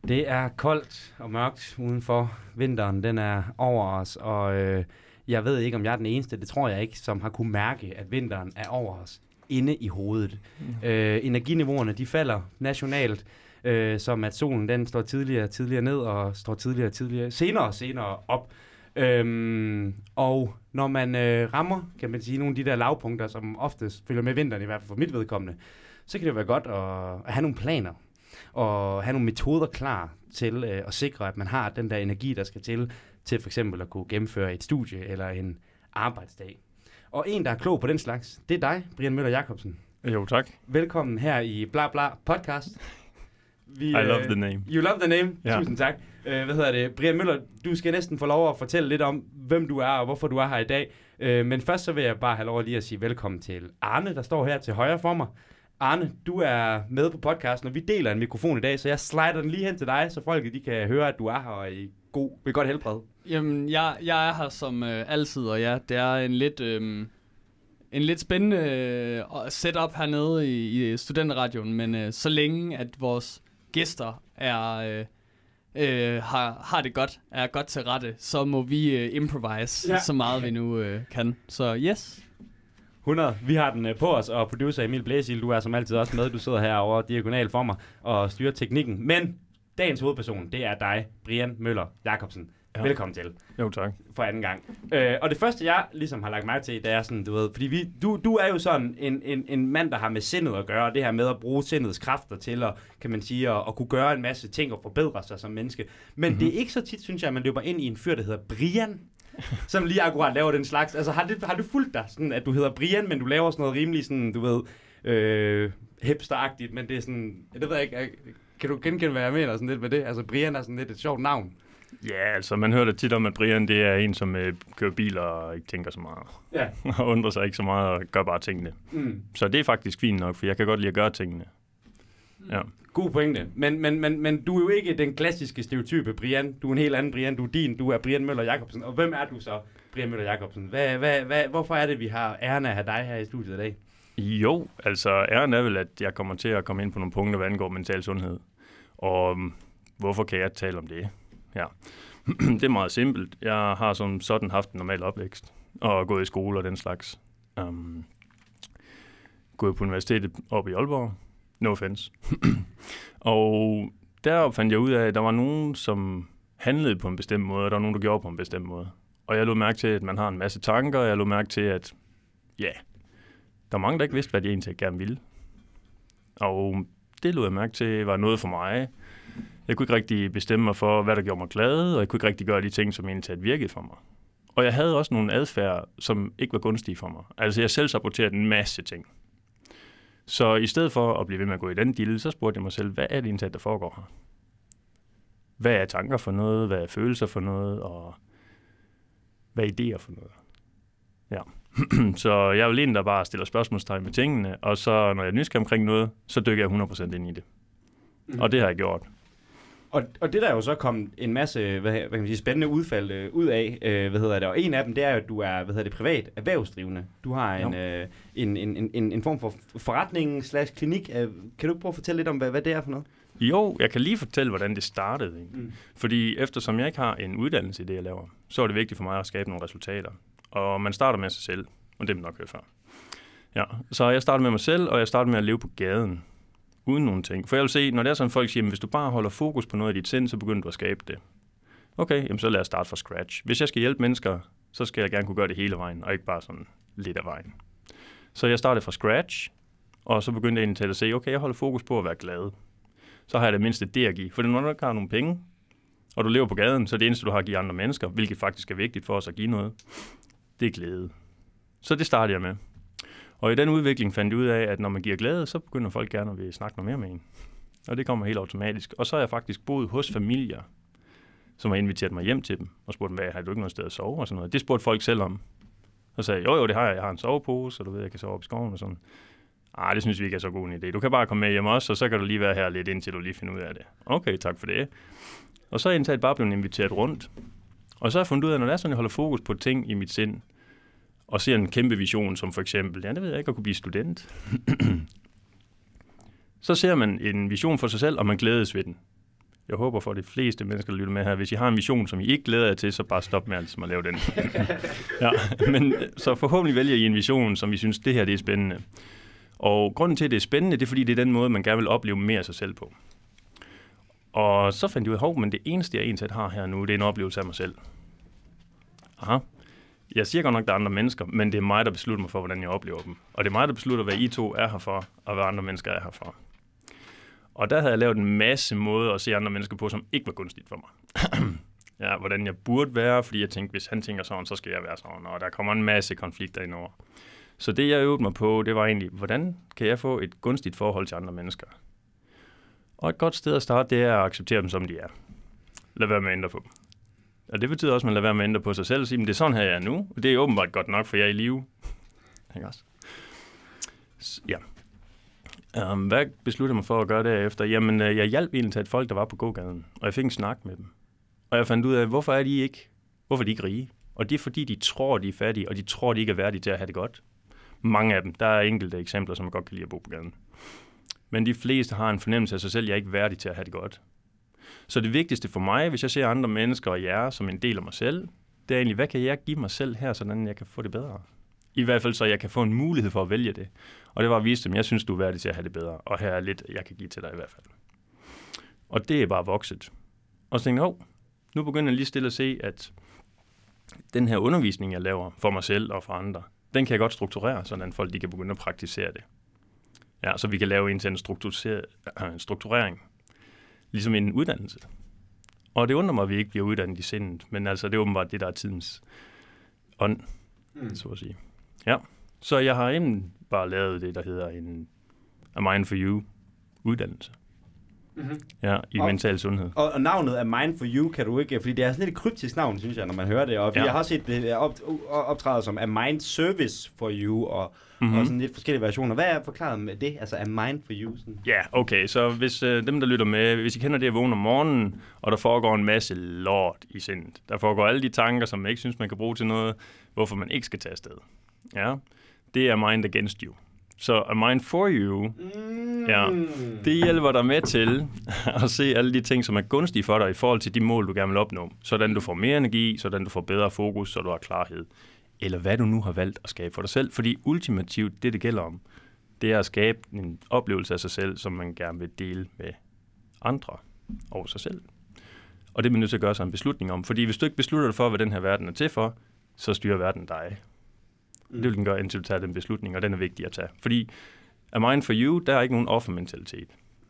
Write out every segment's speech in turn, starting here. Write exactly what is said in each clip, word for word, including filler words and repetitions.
Det er koldt og mørkt udenfor. Vinteren, den er over os, og øh, jeg ved ikke, om jeg er den eneste, det tror jeg ikke, som har kunne mærke, at vinteren er over os inde i hovedet. Mm. Øh, energiniveauerne, de falder nationalt, øh, som at solen, den står tidligere og tidligere ned, og står tidligere og tidligere, senere og senere op. Øhm, og når man øh, rammer, kan man sige, nogle af de der lavpunkter, som oftest følger med vinteren, i hvert fald for mit vedkommende, så kan det være godt at, at have nogle planer, og have nogle metoder klar til øh, at sikre, at man har den der energi, der skal til, til for eksempel at kunne gennemføre et studie eller en arbejdsdag. Og en, der er klog på den slags, det er dig, Brian Møller Jacobsen. Jo, tak. Velkommen her i Bla Bla podcast. Vi, I love the name. You love the name. Ja. Tusind tak. Uh, hvad hedder det? Brian Møller, du skal næsten få lov at fortælle lidt om, hvem du er og hvorfor du er her i dag. Uh, men først så vil jeg bare have lov at lige at sige velkommen til Arne, der står her til højre for mig. Arne, du er med på podcasten, og vi deler en mikrofon i dag, så jeg slider den lige hen til dig, så folk de kan høre, at du er her og er i god, ved godt helbred. Jamen, jeg, jeg er her som øh, altid, og ja, det er en lidt, øh, en lidt spændende øh, setup hernede i, i Studenterradioen, men øh, så længe, at vores gæster er, øh, øh, har, har det godt, er godt til rette, så må vi øh, improvise ja. så meget vi nu øh, kan. Så yes. hundrede. Vi har den øh, på os, og producer Emil Blæsil, du er som altid også med. Du sidder herovre diagonal for mig og styrer teknikken. Men dagens hovedperson, det er dig, Brian Møller Jacobsen. Ja. Velkommen til. Jo, tak. For anden gang. Øh, og det første, jeg ligesom har lagt mærke til, det er sådan, du ved, fordi vi, du, du er jo sådan en, en, en mand, der har med sindet at gøre, det her med at bruge sindets kræfter til at, kan man sige, at, at kunne gøre en masse ting og forbedre sig som menneske. Men mm-hmm. det er ikke så tit, synes jeg, at man løber ind i en fyr, der hedder Brian, som lige akkurat laver den slags. Altså, har, det, har du fulgt dig sådan, at du hedder Brian, men du laver sådan noget rimelig sådan, du ved, øh, hipsteragtigt, men det er sådan, jeg ved ikke, jeg, kan du genkende, hvad jeg mener sådan lidt med det? Altså, Brian er sådan lidt et sjovt navn. Ja, altså man hører det tit om, at Brian det er en, som øh, kører biler og ikke tænker så meget. Ja. Og undrer sig ikke så meget og gør bare tingene. Mm. Så det er faktisk fint nok, for jeg kan godt lide at gøre tingene. Ja. God pointe. Men, men, men, men du er jo ikke den klassiske stereotype Brian. Du er en helt anden Brian. Du er din. Du er Brian Møller Jacobsen. Og hvem er du så, Brian Møller Jacobsen? Hvad, hvad, hvad, hvorfor er det, vi har æren af at have dig her i studiet i dag? Jo, altså æren er vel, at jeg kommer til at komme ind på nogle punkter, hvad angår mental sundhed. Og hvorfor kan jeg tale om det? Ja, det er meget simpelt. Jeg har som sådan haft en normal opvækst og gået i skole og den slags. Um, gået på universitetet oppe i Aalborg. No offense. Og deroppe fandt jeg ud af, at der var nogen, som handlede på en bestemt måde, og der var nogen, der gjorde på en bestemt måde. Og jeg lod mærke til, at man har en masse tanker, og jeg lod mærke til, at ja, der var mange, der ikke vidste, hvad de egentlig gerne ville. Og det lod jeg mærke til, var noget for mig. Jeg kunne ikke rigtig bestemme mig for, hvad der gjorde mig glad, og jeg kunne ikke rigtig gøre de ting, som egentlig virkede for mig. Og jeg havde også nogle adfærd, som ikke var gunstige for mig. Altså jeg selv saboterede en masse ting. Så i stedet for at blive ved med at gå i den dille, så spurgte jeg mig selv, hvad er det egentlig, der foregår her? Hvad er tanker for noget? Hvad er følelser for noget? Og hvad er idéer for noget? Ja. Så jeg er jo en, der bare stiller spørgsmålstegn med tingene, og så når jeg er nysgerrig omkring noget, så dykker jeg hundrede procent ind i det. Mm. Og det har jeg gjort. Og, og det der er jo så kommet en masse hvad, hvad kan man sige, spændende udfald øh, ud af, øh, hvad hedder det, og en af dem, det er jo, at du er, hvad hedder det, privat erhvervsdrivende. Du har en, øh, en, en, en, en form for forretning slash klinik. Øh, kan du prøve at fortælle lidt om, hvad, hvad det er for noget? Jo, jeg kan lige fortælle, hvordan det startede. Mm. Fordi eftersom jeg ikke har en uddannelse i det, jeg laver, så er det vigtigt for mig at skabe nogle resultater. Og man starter med sig selv, og det vil nok høre før. Ja, så jeg starter med mig selv, og jeg starter med at leve på gaden. Uden nogen ting. For jeg vil se, når det er sådan, folk siger, at hvis du bare holder fokus på noget af dit sind, så begynder du at skabe det. Okay, jamen så lad os starte fra scratch. Hvis jeg skal hjælpe mennesker, så skal jeg gerne kunne gøre det hele vejen, og ikke bare sådan lidt af vejen. Så jeg startede fra scratch, og så begyndte jeg egentlig til at se, okay, jeg holder fokus på at være glad. Så har jeg det mindste det at give. For når du ikke har nogle penge, og du lever på gaden, så er det eneste, du har at give andre mennesker, hvilket faktisk er vigtigt for os at give noget, det er glæde. Så det startede jeg med. Og i den udvikling fandt jeg ud af, at når man giver glæde, så begynder folk gerne at vil snakke noget mere med en. Og det kommer helt automatisk. Og så har jeg faktisk boet hos familier, som har inviteret mig hjem til dem, og spurgt dem, hvad, har du ikke noget sted at sove og sådan noget. Det spurgte folk selv om. Og så sagde jeg, jo jo, det har jeg. Jeg har en sovepose, og du ved, jeg kan sove op i skoven og sådan. Ah, det synes vi ikke er så god en idé. Du kan bare komme med hjem også, og så kan du lige være her lidt, indtil du lige finder ud af det. Okay, tak for det. Og så er jeg indtaget bare blevet inviteret rundt. Og så har jeg fundet ud af, at når det er sådan, jeg holder fokus på ting i mit sind, og ser en kæmpe vision, som for eksempel, ja, det ved jeg ikke, at kunne blive student. Så ser man en vision for sig selv, og man glædes ved den. jeg håber for de fleste mennesker, der lytter med her, hvis I har en vision, som I ikke glæder jer til, så bare stop med altså at lave den. Ja, men så forhåbentlig vælger I en vision, som I synes, det her det er spændende. Og grunden til, at det er spændende, det er, fordi det er den måde, man gerne vil opleve mere af sig selv på. Og så fandt jeg ud af, hov, men det eneste, jeg egentlig har her nu, det er en oplevelse af mig selv. Aha. Jeg siger godt nok, at der er andre mennesker, men det er mig, der beslutter mig for, hvordan jeg oplever dem. Og det er mig, der beslutter, hvad I to er her for, og hvad andre mennesker er her for. Og der havde jeg lavet en masse måder at se andre mennesker på, som ikke var gunstigt for mig. Ja, hvordan jeg burde være, fordi jeg tænkte, hvis han tænker sådan, så skal jeg være sådan. Og der kommer en masse konflikter indover. Så det, jeg øvede mig på, det var egentlig, hvordan kan jeg få et gunstigt forhold til andre mennesker? Og et godt sted at starte, det er at acceptere dem, som de er. Lad være med at ændre på dem. Og det betyder også, at man lader være med at ændre på sig selv og sige, men det er sådan her, jeg er nu. Og det er åbenbart godt nok, for jeg er i live. Ikke også? Ja. Um, hvad besluttede jeg mig for at gøre derefter? Jamen, jeg hjalp egentlig til et folk, der var på gågaden, og jeg fik en snak med dem. Og jeg fandt ud af, hvorfor er de ikke, hvorfor er de ikke rige? Og det er fordi, de tror, de er fattige, og de tror, de ikke er værdige til at have det godt. Mange af dem. Der er enkelte eksempler, som jeg godt kan lide at bo på gaden. Men de fleste har en fornemmelse af sig selv, jeg er ikke værdig til at have det godt. Så det vigtigste for mig, hvis jeg ser andre mennesker og jer som en del af mig selv, det er egentlig, hvad kan jeg give mig selv her, sådan jeg kan få det bedre? I hvert fald, så jeg kan få en mulighed for at vælge det. Og det var at vise dem, jeg synes, du er værdig til at have det bedre. Og her er lidt, jeg kan give til dig i hvert fald. Og det er bare vokset. Og så tænkte jeg, nu begynder jeg lige stille at se, at den her undervisning, jeg laver for mig selv og for andre, den kan jeg godt strukturere, sådan at folk de kan begynde at praktisere det. Ja, så vi kan lave en til en strukturering. Ligesom en uddannelse. Og det undrer mig, at vi ikke bliver uddannet i sindet, men altså, det er åbenbart det, der er tidens ånd, mm. så at sige. Ja, så jeg har inden bare lavet det, der hedder en A Mind for You uddannelse. Mm-hmm. Ja, i og, mental sundhed. Og, og navnet af Mind for You kan du ikke, fordi det er sådan lidt et kryptisk navn, synes jeg, når man hører det. Og ja. Jeg har set det op, optrædet som A Mind Service for You, og, mm-hmm. og sådan lidt forskellige versioner. Hvad er forklaret med det, altså A Mind for You? Sådan? Ja, okay, så hvis øh, dem, der lytter med, hvis I kender det at vågne om morgenen, og der foregår en masse lort i sindet, der foregår alle de tanker, som man ikke synes, man kan bruge til noget, hvorfor man ikke skal tage afsted. Ja, det er Mind Against You. Så A Mind for You, mm. ja, det hjælper dig med til at se alle de ting, som er gunstige for dig i forhold til de mål, du gerne vil opnå. Sådan du får mere energi, sådan du får bedre fokus, så du har klarhed. Eller hvad du nu har valgt at skabe for dig selv. Fordi ultimativt, det det gælder om, det er at skabe en oplevelse af sig selv, som man gerne vil dele med andre over sig selv. Og det er man nødt til at gøre sig en beslutning om. Fordi hvis du ikke beslutter dig for, hvad den her verden er til for, så styrer verden dig. Det vil den gøre, indtil du tager den beslutning, og den er vigtig at tage. Fordi A Mind for You, der er ikke nogen offermentalitet.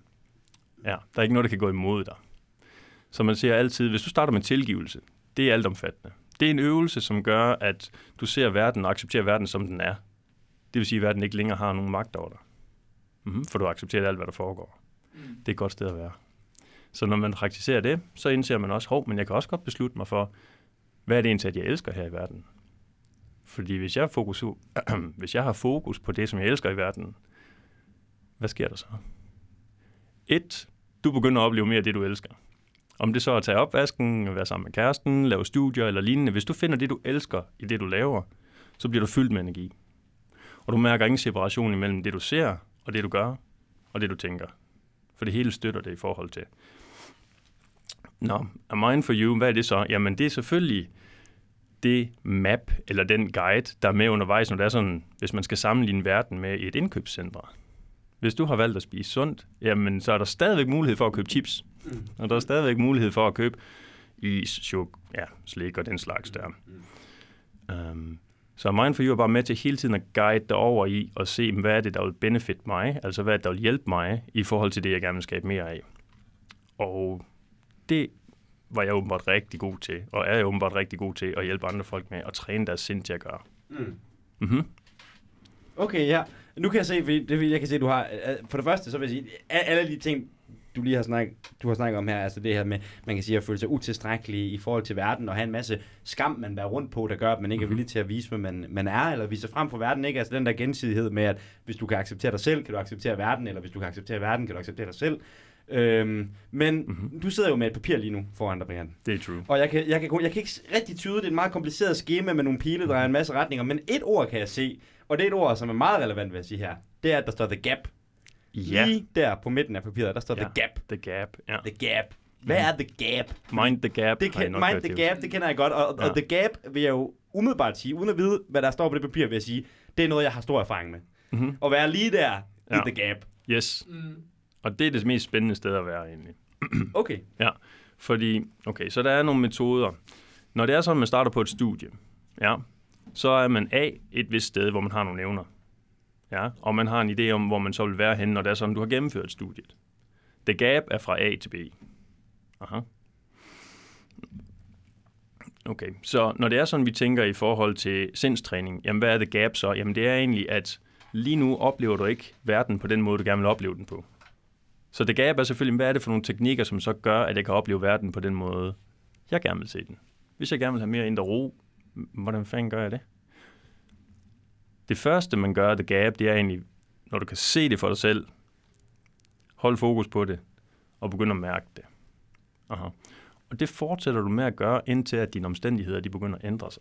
Ja, der er ikke noget, der kan gå imod dig. Så man siger altid, hvis du starter med tilgivelse, det er altomfattende. Det er en øvelse, som gør, at du ser verden og accepterer verden, som den er. Det vil sige, at verden ikke længere har nogen magt over dig. Mm-hmm, for du accepterer alt, hvad der foregår. Mm. Det er et godt sted at være. Så når man praktiserer det, så indser man også, hov, men jeg kan også godt beslutte mig for, hvad er det egentlig, at jeg elsker her i verden? Fordi hvis jeg, fokus, hvis jeg har fokus på det, som jeg elsker i verden, hvad sker der så? Et, du begynder at opleve mere af det, du elsker. Om det så er at tage opvasken, være sammen med kæresten, lave studier eller lignende. Hvis du finder det, du elsker i det, du laver, så bliver du fyldt med energi. Og du mærker ingen separation imellem det, du ser, og det, du gør, og det, du tænker. For det hele støtter det i forhold til. Nå, A Mind for You, hvad er det så? Jamen, det er selvfølgelig det map, eller den guide, der er med undervejs, når det er sådan, hvis man skal sammenligne verden med et indkøbscenter. Hvis du har valgt at spise sundt, jamen, så er der stadigvæk mulighed for at købe chips. Mm. Og der er stadigvæk mulighed for at købe is, chok, ja, slik og den slags der. Mm. Um, så Mind for You er bare med til hele tiden at guide dig over i og se, hvad er det, der vil benefit mig, altså hvad er det, der vil hjælpe mig i forhold til det, jeg gerne vil skabe mere af. Og det var jeg åbenbart rigtig god til, og er jeg åbenbart rigtig god til at hjælpe andre folk med at træne deres sind til at gøre. Mm. Mm-hmm. Okay, ja. Nu kan jeg se, det jeg kan se, du har, for det første, så vil jeg sige, alle de ting, du lige har snakket, du har snakket om her, altså det her med, man kan sige, at føle sig utilstrækkelig i forhold til verden, og have en masse skam, man bærer rundt på, der gør, at man ikke er villig til at vise, hvad man, man er, eller vise frem for verden, ikke? Altså den der gensidighed med, at hvis du kan acceptere dig selv, kan du acceptere verden, eller hvis du kan acceptere verden, kan du acceptere dig selv. Øhm, men mm-hmm. du sidder jo med et papir lige nu foran dig, Brian. Det er true. Og jeg kan, jeg, kan, jeg kan ikke rigtig tyde, det er et meget kompliceret skema med nogle pile, der er en masse retninger, men et ord kan jeg se, og det er et ord, som er meget relevant, vil jeg sige her. Det er, at der står The Gap. Ja. Lige der på midten af papiret, der står ja. The Gap. The Gap, ja. The Gap. Hvad er The Gap? Mind the Gap. Det kan, mind the Gap, det kender jeg godt. Og, ja. og The Gap vil jeg jo umiddelbart sige, uden at vide, hvad der står på det papir, vil jeg sige, det er noget, jeg har stor erfaring med. Mm-hmm. At være lige der ja. i The Gap. Yes. Mm. Og det er det mest spændende sted at være egentlig. Okay. Ja, fordi, okay, så der er nogle metoder. Når det er sådan, at man starter på et studie, ja, så er man af et vist sted, hvor man har nogle evner. Ja, og man har en idé om, hvor man så vil være henne, når det er sådan, du har gennemført studiet. The Gap er fra A til B. Aha. Okay, så når det er sådan, vi tænker i forhold til sindstræning, jamen hvad er The Gap så? Jamen det er egentlig, at lige nu oplever du ikke verden på den måde, du gerne vil opleve den på. Så The Gap er selvfølgelig, hvad er det for nogle teknikker, som så gør, at jeg kan opleve verden på den måde, jeg gerne vil se den. Hvis jeg gerne vil have mere indre ro, hvordan fanden gør jeg det? Det første, man gør, The Gap, det er egentlig, når du kan se det for dig selv, hold fokus på det, og begynde at mærke det. Aha. Og det fortsætter du med at gøre, indtil at dine omstændigheder, de begynder at ændre sig.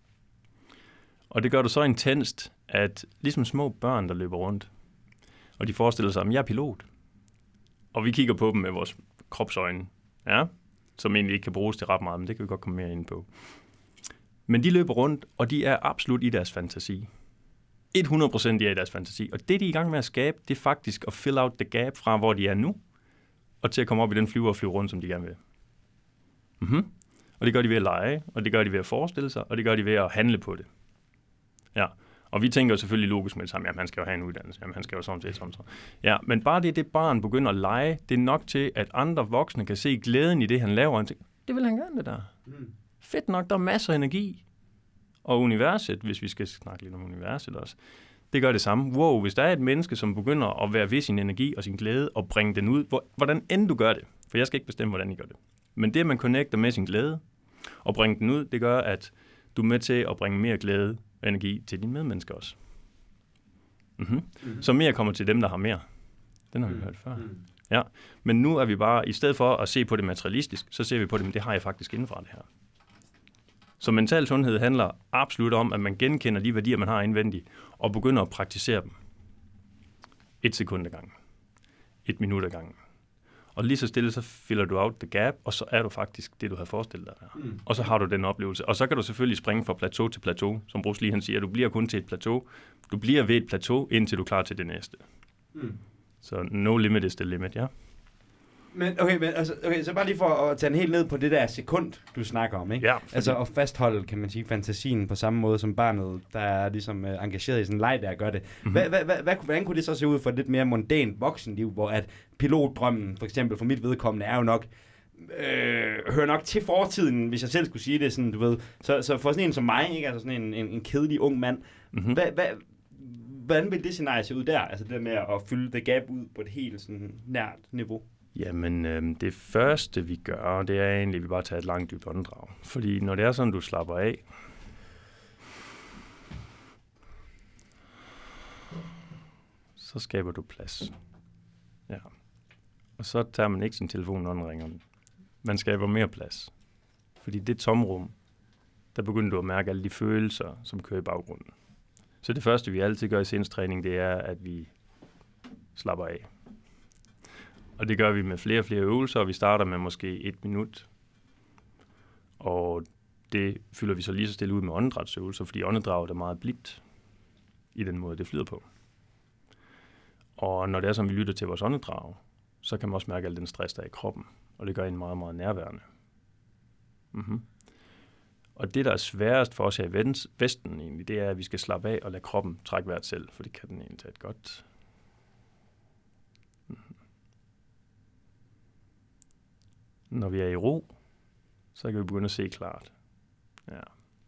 Og det gør du så intenst, at ligesom små børn, der løber rundt, og de forestiller sig, at jeg er pilot. Og vi kigger på dem med vores kropsøjne, ja, som egentlig ikke kan bruges til ret meget, men det kan vi godt komme mere ind på. Men de løber rundt, og de er absolut i deres fantasi. hundrede procent er i deres fantasi. Og det, de er i gang med at skabe, det er faktisk at fill out the gap fra, hvor de er nu, og til at komme op i den flyver og flyve rundt, som de gerne vil. Mm-hmm. Og det gør de ved at lege, og det gør de ved at forestille sig, og det gør de ved at handle på det. Ja, og vi tænker jo selvfølgelig logisk med det samme, jamen han skal jo have en uddannelse, jamen han skal jo sådan set sådan så. Ja, men bare det, det barn begynder at lege, det er nok til, at andre voksne kan se glæden i det, han laver, og tænker, det vil han gerne det der. Mm. Fedt nok, der er masser af energi. Og universet, hvis vi skal snakke lidt om universet også, det gør det samme. Wow, hvis der er et menneske, som begynder at være ved sin energi og sin glæde, og bringe den ud, hvor, hvordan end du gør det, for jeg skal ikke bestemme, hvordan I gør det. Men det, at man connecter med sin glæde, og bringer den ud, det gør, at du er med til at bringe mere glæde og energi til dine medmennesker også. Mm-hmm. Mm-hmm. Så mere kommer til dem, der har mere. Den har vi mm-hmm. hørt før. Mm-hmm. Ja, men nu er vi bare, i stedet for at se på det materialistisk, så ser vi på det, men det har jeg faktisk inden fra det her. Så mental sundhed handler absolut om, at man genkender de værdier, man har indvendigt, og begynder at praktisere dem. Et sekund ad gangen. Et minut ad gangen. Og lige så stille, så filler du out the gap, og så er du faktisk det, du havde forestillet dig der. Mm. Og så har du den oplevelse. Og så kan du selvfølgelig springe fra plateau til plateau, som Bruce Lee han siger, du bliver kun til et plateau. Du bliver ved et plateau, indtil du er klar til det næste. Mm. Så no limit is the limit, ja. Men okay, men altså, okay, så bare lige for at tage den helt ned på det der sekund, du snakker om, ikke? Ja. Fordi... Altså at fastholde, kan man sige, fantasien på samme måde som barnet, der er ligesom uh, engageret i sådan en leg, der gør det. Mm-hmm. Hva, hva, hva, hvordan kunne det så se ud for et lidt mere mondænt voksenliv, hvor at pilotdrømmen, for eksempel for mit vedkommende, er jo nok, øh, hører nok til fortiden, hvis jeg selv skulle sige det, sådan, du ved. Så, så for sådan en som mig, ikke? Altså sådan en, en, en kedelig ung mand, mm-hmm. hva, hva, hvordan vil det scenarie se ud der? Altså det der med at fylde the gap ud på et helt sådan nært niveau? Jamen, øh, det første, vi gør, det er egentlig, at vi bare tager et langt dybt åndedrag. Fordi når det er sådan, du slapper af, så skaber du plads. Ja. Og så tager man ikke sin telefon, når den ringer. Man skaber mere plads. Fordi det tomrum, der begynder du at mærke alle de følelser, som kører i baggrunden. Så det første, vi altid gør i sindstræning, det er, at vi slapper af. Og det gør vi med flere og flere øvelser, og vi starter med måske et minut. Og det fylder vi så lige så stille ud med åndedrætsøvelser, fordi åndedraget er meget blidt i den måde, det flyder på. Og når det er som vi lytter til vores åndedrag, så kan man også mærke al den stress, der er i kroppen. Og det gør en meget, meget nærværende. Mm-hmm. Og det, der er sværest for os her i Vesten egentlig, det er, at vi skal slappe af og lade kroppen trække vejret selv, for det kan den egentlig tage et godt. Mm-hmm. Når vi er i ro, så kan vi begynde at se klart. Ja.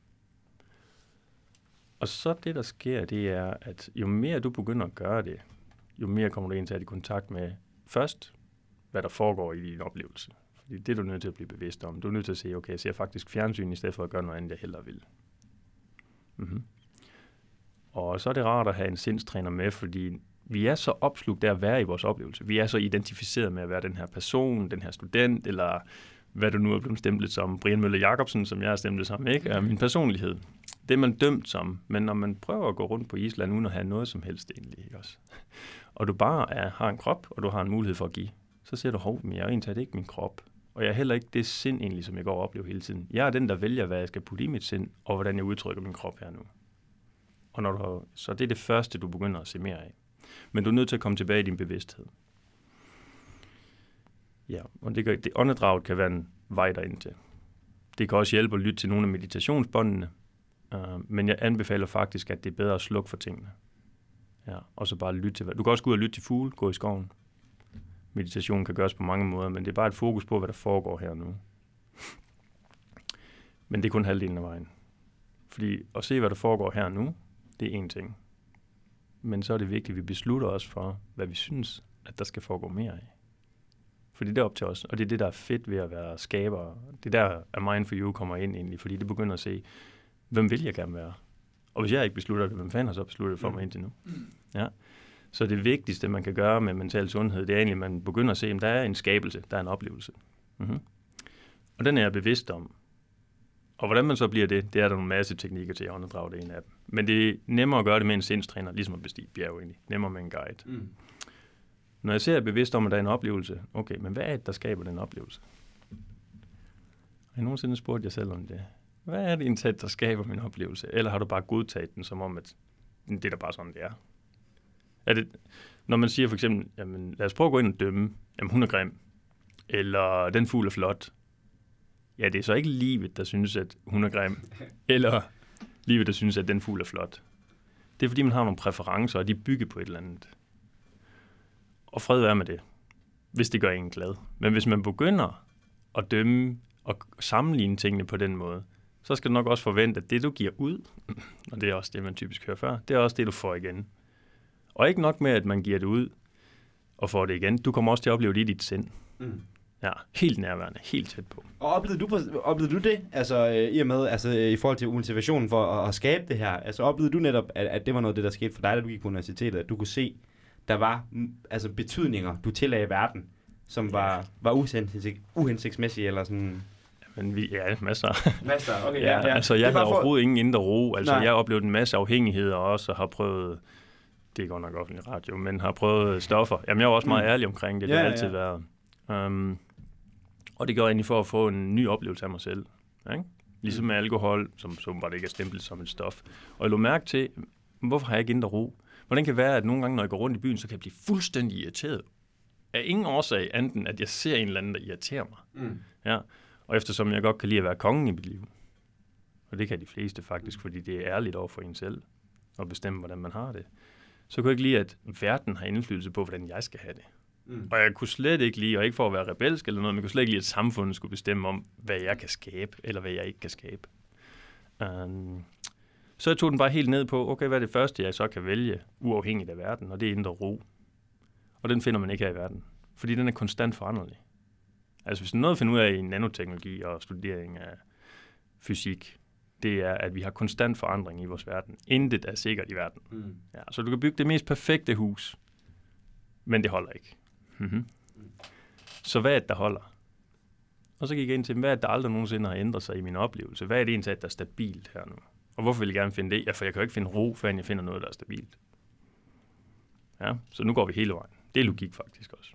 Og så det, der sker, det er, at jo mere du begynder at gøre det, jo mere kommer du ind til at i kontakt med først, hvad der foregår i din oplevelse. Fordi det er du nødt til at blive bevidst om. Du er nødt til at sige, okay, jeg ser faktisk fjernsyn, i stedet for at gøre noget andet, jeg hellere vil. Mm-hmm. Og så er det rart at have en sindstræner med, fordi vi er så opslugt af at være i vores oplevelse. Vi er så identificeret med at være den her person, den her student, eller hvad du nu er blevet stemplet som. Brian Møller Jacobsen, som jeg er stemplet som, ikke? Er min personlighed. Det er man dømt som. Men når man prøver at gå rundt på Island, uden at have noget som helst egentlig, ikke også? Og du bare er, har en krop, og du har en mulighed for at give, så siger du, hov, men jeg er egentlig ikke min krop, og Og jeg er heller ikke det sind egentlig, som jeg går og oplever hele tiden. Jeg er den, der vælger, hvad jeg skal putte i mit sind, og hvordan jeg udtrykker min krop her nu. Og når du, så det er det første, du begynder at se mere af. Men du er nødt til at komme tilbage i din bevidsthed. Ja, og det, det åndedraget kan være en vej derind til. Det kan også hjælpe at lytte til nogle af meditationsbåndene, uh, men jeg anbefaler faktisk, at det er bedre at slukke for tingene. Ja, og så bare lytte til hvad. Du kan også gå ud og lytte til fugle, gå i skoven. Meditation kan gøres på mange måder, men det er bare et fokus på, hvad der foregår her nu. Men det er kun halvdelen af vejen. Fordi at se, hvad der foregår her nu, det er én ting. Men så er det vigtigt, at vi beslutter os for, hvad vi synes, at der skal foregå mere af. Fordi det er op til os, og det er det, der er fedt ved at være skaber. Det er der, at Mind for You kommer ind egentlig, fordi det begynder at se, hvem vil jeg gerne være? Og hvis jeg ikke beslutter det, hvem fanden har så besluttet det for mig indtil nu? Ja. Så det vigtigste, man kan gøre med mental sundhed, det er egentlig, at man begynder at se, at der er en skabelse, der er en oplevelse. Mm-hmm. Og den er jeg bevidst om. Og hvordan man så bliver det, det er der nogle masse teknikker til at åndedrage, det en af dem. Men det er nemmere at gøre det med en sindstræner, ligesom at bestige bjerg egentlig. Nemmere med en guide. Mm. Når jeg ser, at jeg er bevidst om, at der er en oplevelse, okay, men hvad er det, der skaber den oplevelse? Har jeg nogensinde spurgt jer selv om det? Hvad er det indsat, der skaber min oplevelse? Eller har du bare godtaget den, som om, at det er da bare sådan, det er? Er det, når man siger for eksempel, jamen, lad os prøve at gå ind og dømme, jamen hun er grim, eller den fugl er flot. Ja, det er så ikke livet, der synes, at hun er grim, eller livet, der synes, at den fugl er flot. Det er fordi, man har nogle præferencer, og de bygger på et eller andet. Og fred være med det, hvis det gør en glad. Men hvis man begynder at dømme og sammenligne tingene på den måde, så skal du nok også forvente, at det, du giver ud, og det er også det, man typisk hører før, det er også det, du får igen. Og ikke nok med, at man giver det ud og får det igen. Du kommer også til at opleve det i dit sind. Mm. Ja, helt nærværende, helt tæt på. Og oplevede du, oplevede du det, altså øh, i og med, altså i forhold til motivationen for at, at skabe det her, altså oplevede du netop, at, at det var noget af det, der skete for dig, da du gik på universitetet, at du kunne se, der var altså betydninger, du tillagde i verden, som var, var uhensigts, uhensigtsmæssige, eller sådan... Men vi, ja, masser. Masser, okay, ja, ja. ja. Altså, jeg har for... overhovedet ingen indre ro. Altså, Nej. jeg har oplevet en masse afhængigheder også, og har prøvet... Det er godt nok offentlig radio, men har prøvet stoffer. Jamen, jeg er også meget mm. ærlig omkring det. Det ja, har altid ja. været. Um, og det gør jeg egentlig for at få en ny oplevelse af mig selv. Ikke? Ligesom med alkohol, som, som bare det ikke er stemplet som et stof. Og jeg lå mærke til, hvorfor har jeg ikke indre ro? Hvordan kan det være, at nogle gange, når jeg går rundt i byen, så kan jeg blive fuldstændig irriteret? Af ingen årsag, anden at jeg ser en eller anden, der irriterer mig. Mm. Ja. Og eftersom jeg godt kan lide at være kongen i mit liv, og det kan de fleste faktisk, fordi det er ærligt over for en selv, at bestemme, hvordan man har det, så kunne jeg ikke lide, at verden har indflydelse på, hvordan jeg skal have det. Mm. Og jeg kunne slet ikke lide, og ikke for at være rebelsk eller noget, men jeg kunne slet ikke lide, at samfundet skulle bestemme om, hvad jeg kan skabe, eller hvad jeg ikke kan skabe. Um, så jeg tog den bare helt ned på, okay, hvad er det første, jeg så kan vælge, uafhængigt af verden, og det er indre ro. Og den finder man ikke her i verden, fordi den er konstant foranderlig. Altså hvis der er noget at finde ud af i nanoteknologi og studering af fysik, det er, at vi har konstant forandring i vores verden. Intet er sikkert i verden. Mm. Ja, så du kan bygge det mest perfekte hus, men det holder ikke. Mm-hmm. Mm. Så hvad er det, der holder? Og så gik jeg ind til, hvad er det, der aldrig nogensinde har ændret sig i min oplevelse? Hvad er det egentlig, der er stabilt her nu? Og hvorfor vil jeg gerne finde det? Ja, for jeg kan jo ikke finde ro, før jeg finder noget, der er stabilt. Ja, så nu går vi hele vejen. Det er logik faktisk også.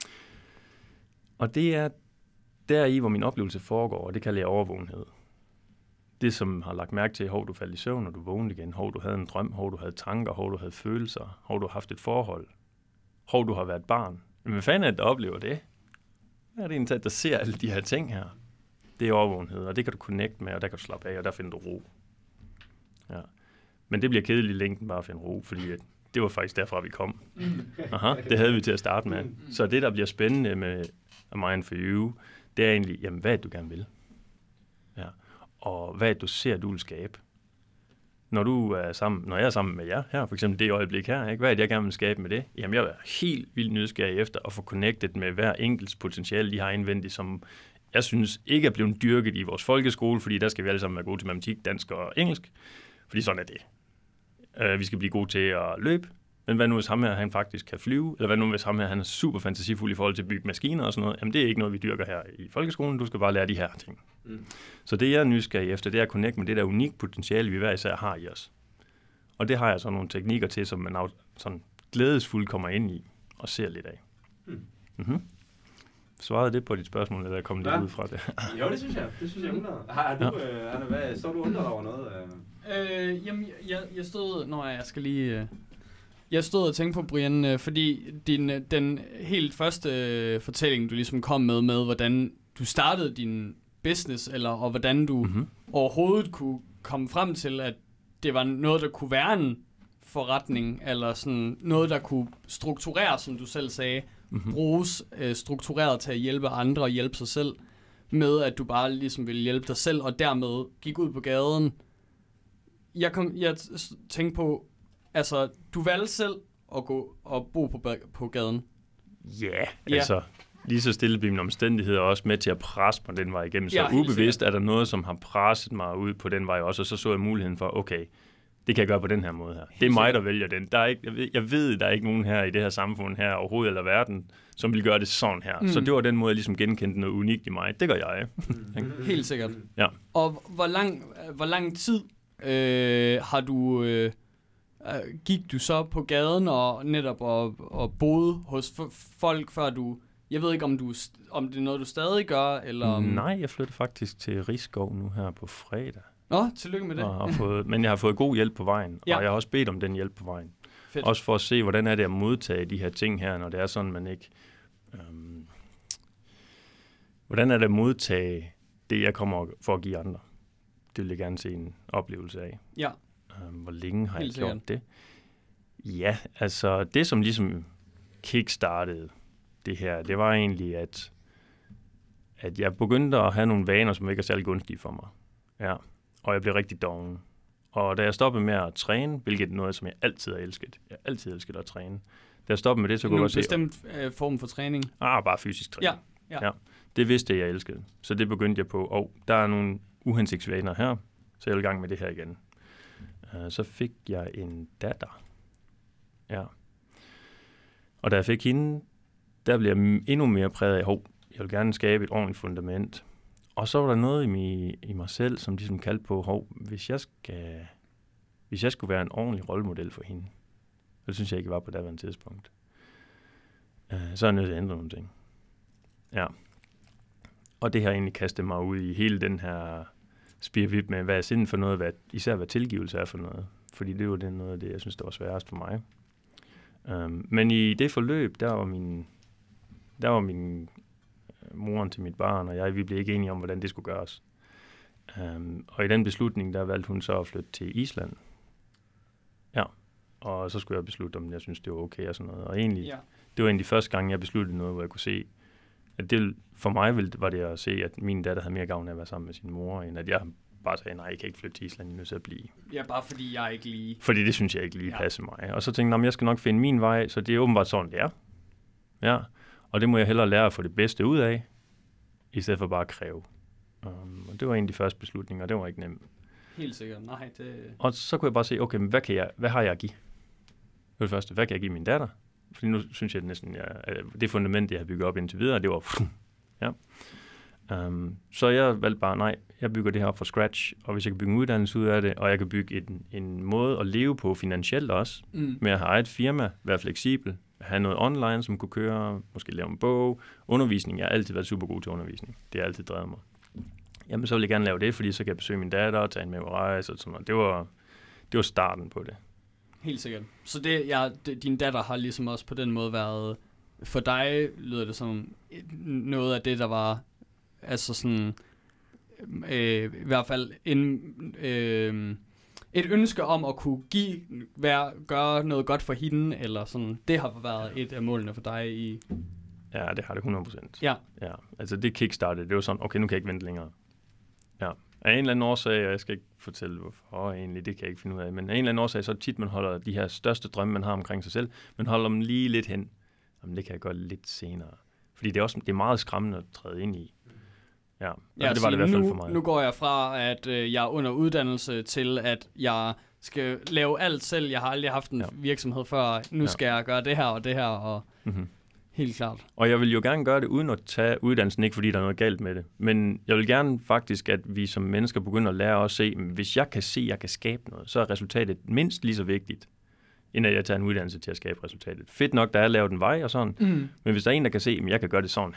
Og det er deri, hvor min oplevelse foregår, og det kalder jeg overvågenhed. Det, som har lagt mærke til, hov, du faldt i søvn, og du vågnede igen. Hov, du havde en drøm. Hov, du havde tanker. Hov, du havde følelser. Hov, du har haft et forhold. Hov, du har været barn. Men hvad fanden er det, der oplever det? Hvad er det egentlig, der ser alle de her ting her? Det er overvågenhed, og det kan du connecte med, og der kan du slappe af, og der finder du ro. Ja. Men det bliver kedeligt i længden bare at finde ro, fordi det var faktisk derfra, vi kom. Aha, det havde vi til at starte med. Så det, der bliver spændende med Mind for You, det er egentlig, jamen, hvad er det, du gerne vil? Ja. Og hvad er det, du ser, du vil skabe? Når, du er sammen, når jeg er sammen med jer her, for eksempel det øjeblik her, ikke? Hvad er det, jeg gerne vil skabe med det? Jamen, jeg er helt vildt nysgerrig efter at få connected med hver enkelts potentiale, de har indvendigt, som jeg synes ikke er blevet dyrket i vores folkeskole, fordi der skal vi alle sammen være gode til matematik, dansk og engelsk. Fordi sådan er det. Uh, vi skal blive gode til at løbe, men hvad nu hvis ham her, han faktisk kan flyve? Eller hvad nu hvis ham her, han er super fantasifuld i forhold til at bygge maskiner og sådan noget? Jamen det er ikke noget, vi dyrker her i folkeskolen. Du skal bare lære de her ting. Mm. Så det jeg er nysgerrig efter, det er at connecte med det der unikke potentiale, vi hver især har i os. Og det har jeg så nogle teknikker til, som man sådan glædesfuldt kommer ind i og ser lidt af. Mm. Mm-hmm. svarede det på dit spørgsmål, eller kom lidt Ja. ud fra det? Jo, det synes jeg. Det synes jeg hundrede. Har du, Ja. øh, Anna, hvad, står du undret over noget? Øh? Øh, jamen, jeg, jeg stod... Nå, jeg skal lige... Øh, jeg stod og tænkte på, Brian, øh, fordi din, øh, den helt første øh, fortælling, du ligesom kom med, med hvordan du startede din business, eller og hvordan du Mm-hmm. overhovedet kunne komme frem til, at det var noget, der kunne være en forretning, eller sådan noget, der kunne struktureres, som du selv sagde, Mm-hmm. bruges øh, struktureret til at hjælpe andre og hjælpe sig selv, med at du bare ligesom ville hjælpe dig selv, og dermed gik ud på gaden. Jeg, kom, jeg t- tænkte på, altså, du valgte selv at gå og bo på, ba- på gaden. Ja, yeah, Ja. altså lige så stille blev mine omstændigheder også med til at presse mig den vej igennem. Så Ja, helt ubevidst er der noget, som har presset mig ud på den vej også, og så så jeg muligheden for, okay, det kan jeg gøre på den her måde her. Det er mig, der vælger den. Der er ikke, jeg, ved, jeg ved, der er ikke nogen her i det her samfund her overhovedet, eller verden, som vil gøre det sådan her. Mm. Så det var den måde, jeg ligesom genkendte noget unikt i mig. Det gør jeg. Helt sikkert. Ja. Og hvor lang, hvor lang tid øh, har du... Øh, øh, gik du så på gaden og netop og, og boede hos f- folk, før du... Jeg ved ikke, om, du, om det er noget, du stadig gør, eller... Om... Nej, jeg flyttede faktisk til Rigskov nu her på fredag. Nå, tillykke med det. Og har fået, men jeg har fået god hjælp på vejen, Ja. og jeg har også bedt om den hjælp på vejen. Fedt. Også for at se, hvordan er det at modtage de her ting her, når det er sådan, man ikke... Øhm, hvordan er det at modtage det, jeg kommer for at give andre? Det vil jeg gerne se en oplevelse af. Ja. Øhm, hvor længe har Helt jeg gjort det? Ja, altså det, som ligesom kickstartede det her, det var egentlig, at, at jeg begyndte at have nogle vaner, som ikke er særlig gunstige for mig. Ja. Og jeg blev rigtig doven. Og da jeg stoppede med at træne, hvilket er noget, som jeg altid har elsket. Jeg har altid elsket at træne. Da jeg stoppede med det, så kunne jeg Nogle godt se... bestemt øh, form for træning. Ah, bare fysisk træning. Ja, ja. ja. Det vidste jeg, jeg elskede. Så det begyndte jeg på. Og der er nogle uhensigtsvaner her, så jeg vil i gang med det her igen. Uh, så fik jeg en datter. Ja. Og da jeg fik hende, der blev jeg endnu mere præget af, hov, jeg vil gerne skabe et ordentligt fundament. Og så var der noget i mig, i mig selv, som ligesom kaldte på, hov, hvis jeg skal, hvis jeg skulle være en ordentlig rollemodel for hende, det synes jeg ikke var på daværende tidspunkt, uh, så er jeg nødt til at ændre nogle ting. Ja. Og det har egentlig kastet mig ud i hele den her spirvip med, hvad er sind for noget, hvad, især hvad tilgivelse er for noget. Fordi det var det noget af det, jeg synes, der var sværest for mig. Um, men i det forløb, der var min, der var min moren til mit barn, og jeg, vi blev ikke enige om, hvordan det skulle gøres. Um, og i den beslutning, der valgte hun så at flytte til Island. Ja, og så skulle jeg beslutte, om jeg synes, det var okay og sådan noget. Og egentlig, Ja. det var egentlig første gang, jeg besluttede noget, hvor jeg kunne se, at det, for mig var det at se, at min datter havde mere gavn af at være sammen med sin mor, end at jeg bare sagde, nej, jeg kan ikke flytte til Island, jeg er nødt til at blive. Ja, bare fordi jeg ikke lige... Fordi det synes jeg ikke lige Ja. passer mig. Og så tænkte jeg, jeg skal nok finde min vej, så det er åbenbart sådan, det er. Ja, og det må jeg hellere lære at få det bedste ud af, i stedet for bare at kræve. Um, og det var en af de første beslutninger, og det var ikke nemt. Helt sikkert, nej, det... Og så kunne jeg bare se, okay, men hvad, kan jeg, hvad har jeg at give? Det var det første, hvad kan jeg give min datter? Fordi nu synes jeg at næsten, jeg, at det fundament, jeg har bygget op indtil videre, det var... ja. Um, så jeg valgte bare, nej, jeg bygger det her op fra scratch, og hvis jeg kan bygge en uddannelse ud af det, og jeg kan bygge en, en måde at leve på finansielt også, Mm. med at have et firma, være fleksibel, have noget online, som kunne køre, måske lave en bog, undervisning. Jeg har altid været super god til undervisning. Det har altid drevet mig. Jamen, så vil jeg gerne lave det, fordi så kan jeg besøge min datter og tage hende med på rejse og sådan noget. Det var, det var starten på det. Helt sikkert. Så det, ja, det, din datter har ligesom også på den måde været... For dig lyder det som noget af det, der var... Altså sådan... Øh, I hvert fald en... Øh, et ønske om at kunne give, være, gøre noget godt for hende, eller sådan, det har været et af målene for dig i... Ja, det har det hundrede procent. Ja. Ja, altså det kickstartede, det var sådan, okay, nu kan jeg ikke vente længere. Ja, af en eller anden årsag, og jeg skal ikke fortælle, hvorfor egentlig, det kan jeg ikke finde ud af, men af en eller anden årsag, så er det tit, man holder de her største drømme, man har omkring sig selv, man holder dem lige lidt hen. Jamen, det kan jeg gøre lidt senere. Fordi det er også det er meget skræmmende at træde ind i. Ja, altså, Ja, det var det i hvert fald nu, for mig. Nu går jeg fra, at øh, jeg er under uddannelse, til at jeg skal lave alt selv. Jeg har aldrig haft en Ja. virksomhed før. Nu Ja. skal jeg gøre det her og det her, og Mm-hmm. helt klart. Og jeg vil jo gerne gøre det uden at tage uddannelsen, ikke fordi der er noget galt med det. Men jeg vil gerne faktisk, at vi som mennesker begynder at lære at se, at hvis jeg kan se, at jeg kan skabe noget, så er resultatet mindst lige så vigtigt, end at jeg tager en uddannelse til at skabe resultatet. Fedt nok, der er lavet en vej og sådan, Mm. men hvis der er en, der kan se, at jeg kan gøre det sådan her,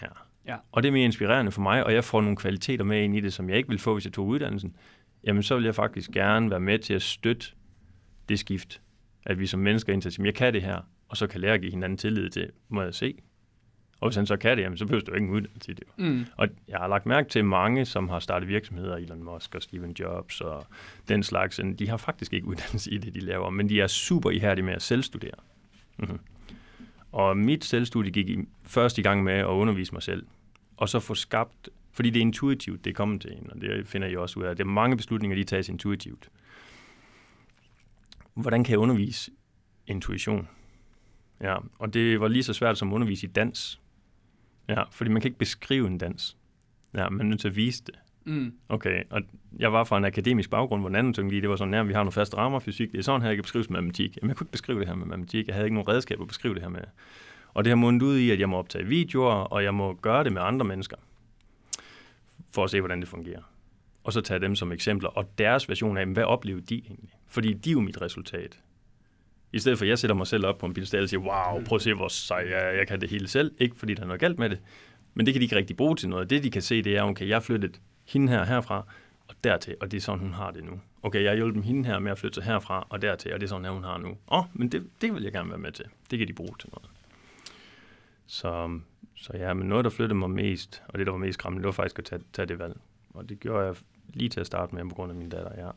Ja. Og det er mere inspirerende for mig, og jeg får nogle kvaliteter med ind i det, som jeg ikke ville få, hvis jeg tog uddannelsen. Jamen, så vil jeg faktisk gerne være med til at støtte det skift. At vi som mennesker indtager, jeg kan det her, og så kan lære at give hinanden tillid til, må jeg se. Og hvis han så kan det, jamen, så behøver du ikke en uddannelse i det. Mm. Og jeg har lagt mærke til mange, som har startet virksomheder, Elon Musk og Steve Jobs og den slags, de har faktisk ikke uddannelse i det, de laver, men de er super ihærdige med at selvstudere. Mm-hmm. Og mit selvstudie gik i, først i gang med at undervise mig selv, og så få skabt, fordi det er intuitivt, det er kommet til en, og det finder jeg også ud af. Det er mange beslutninger, de tages intuitivt. Hvordan kan jeg undervise intuition? Ja, og det var lige så svært som at undervise i dans. Ja, fordi man kan ikke beskrive en dans. Ja, man er nødt til at vise det. Mm. Okay, og jeg var fra en akademisk baggrund, hvor nanoteknologi, det var sådan, at vi har nogle faste rammer, fysik, det er sådan her, jeg kan beskrive matematik. Jamen, jeg kunne ikke beskrive det her med matematik, jeg havde ikke nogen redskab at beskrive det her med. Og det har mundet ud i, at jeg må optage videoer, og jeg må gøre det med andre mennesker, for at se, hvordan det fungerer. Og så tage dem som eksempler, og deres version af, hvad oplever de egentlig? Fordi de er jo mit resultat. I stedet for, at jeg sætter mig selv op på en piedestal og siger, wow, prøv at se, hvor sej jeg, jeg kan det hele selv. Ikke fordi der er noget galt med det, men det kan de ikke rigtig bruge til noget. Det, de kan se, det er, okay, jeg har flyttet hende her herfra og dertil, og det er sådan, hun har det nu. Okay, jeg har hjulpet hende her med at flytte sig herfra og dertil, og det er sådan, her, hun har nu. Åh, oh, men det, det vil jeg gerne være med til. Det kan de bruge til noget. Så, så ja, men noget, der flyttede mig mest, og det, der var mest skræmmende, det var faktisk at tage, tage det valg. Og det gjorde jeg lige til at starte med, på grund af min datter, ja.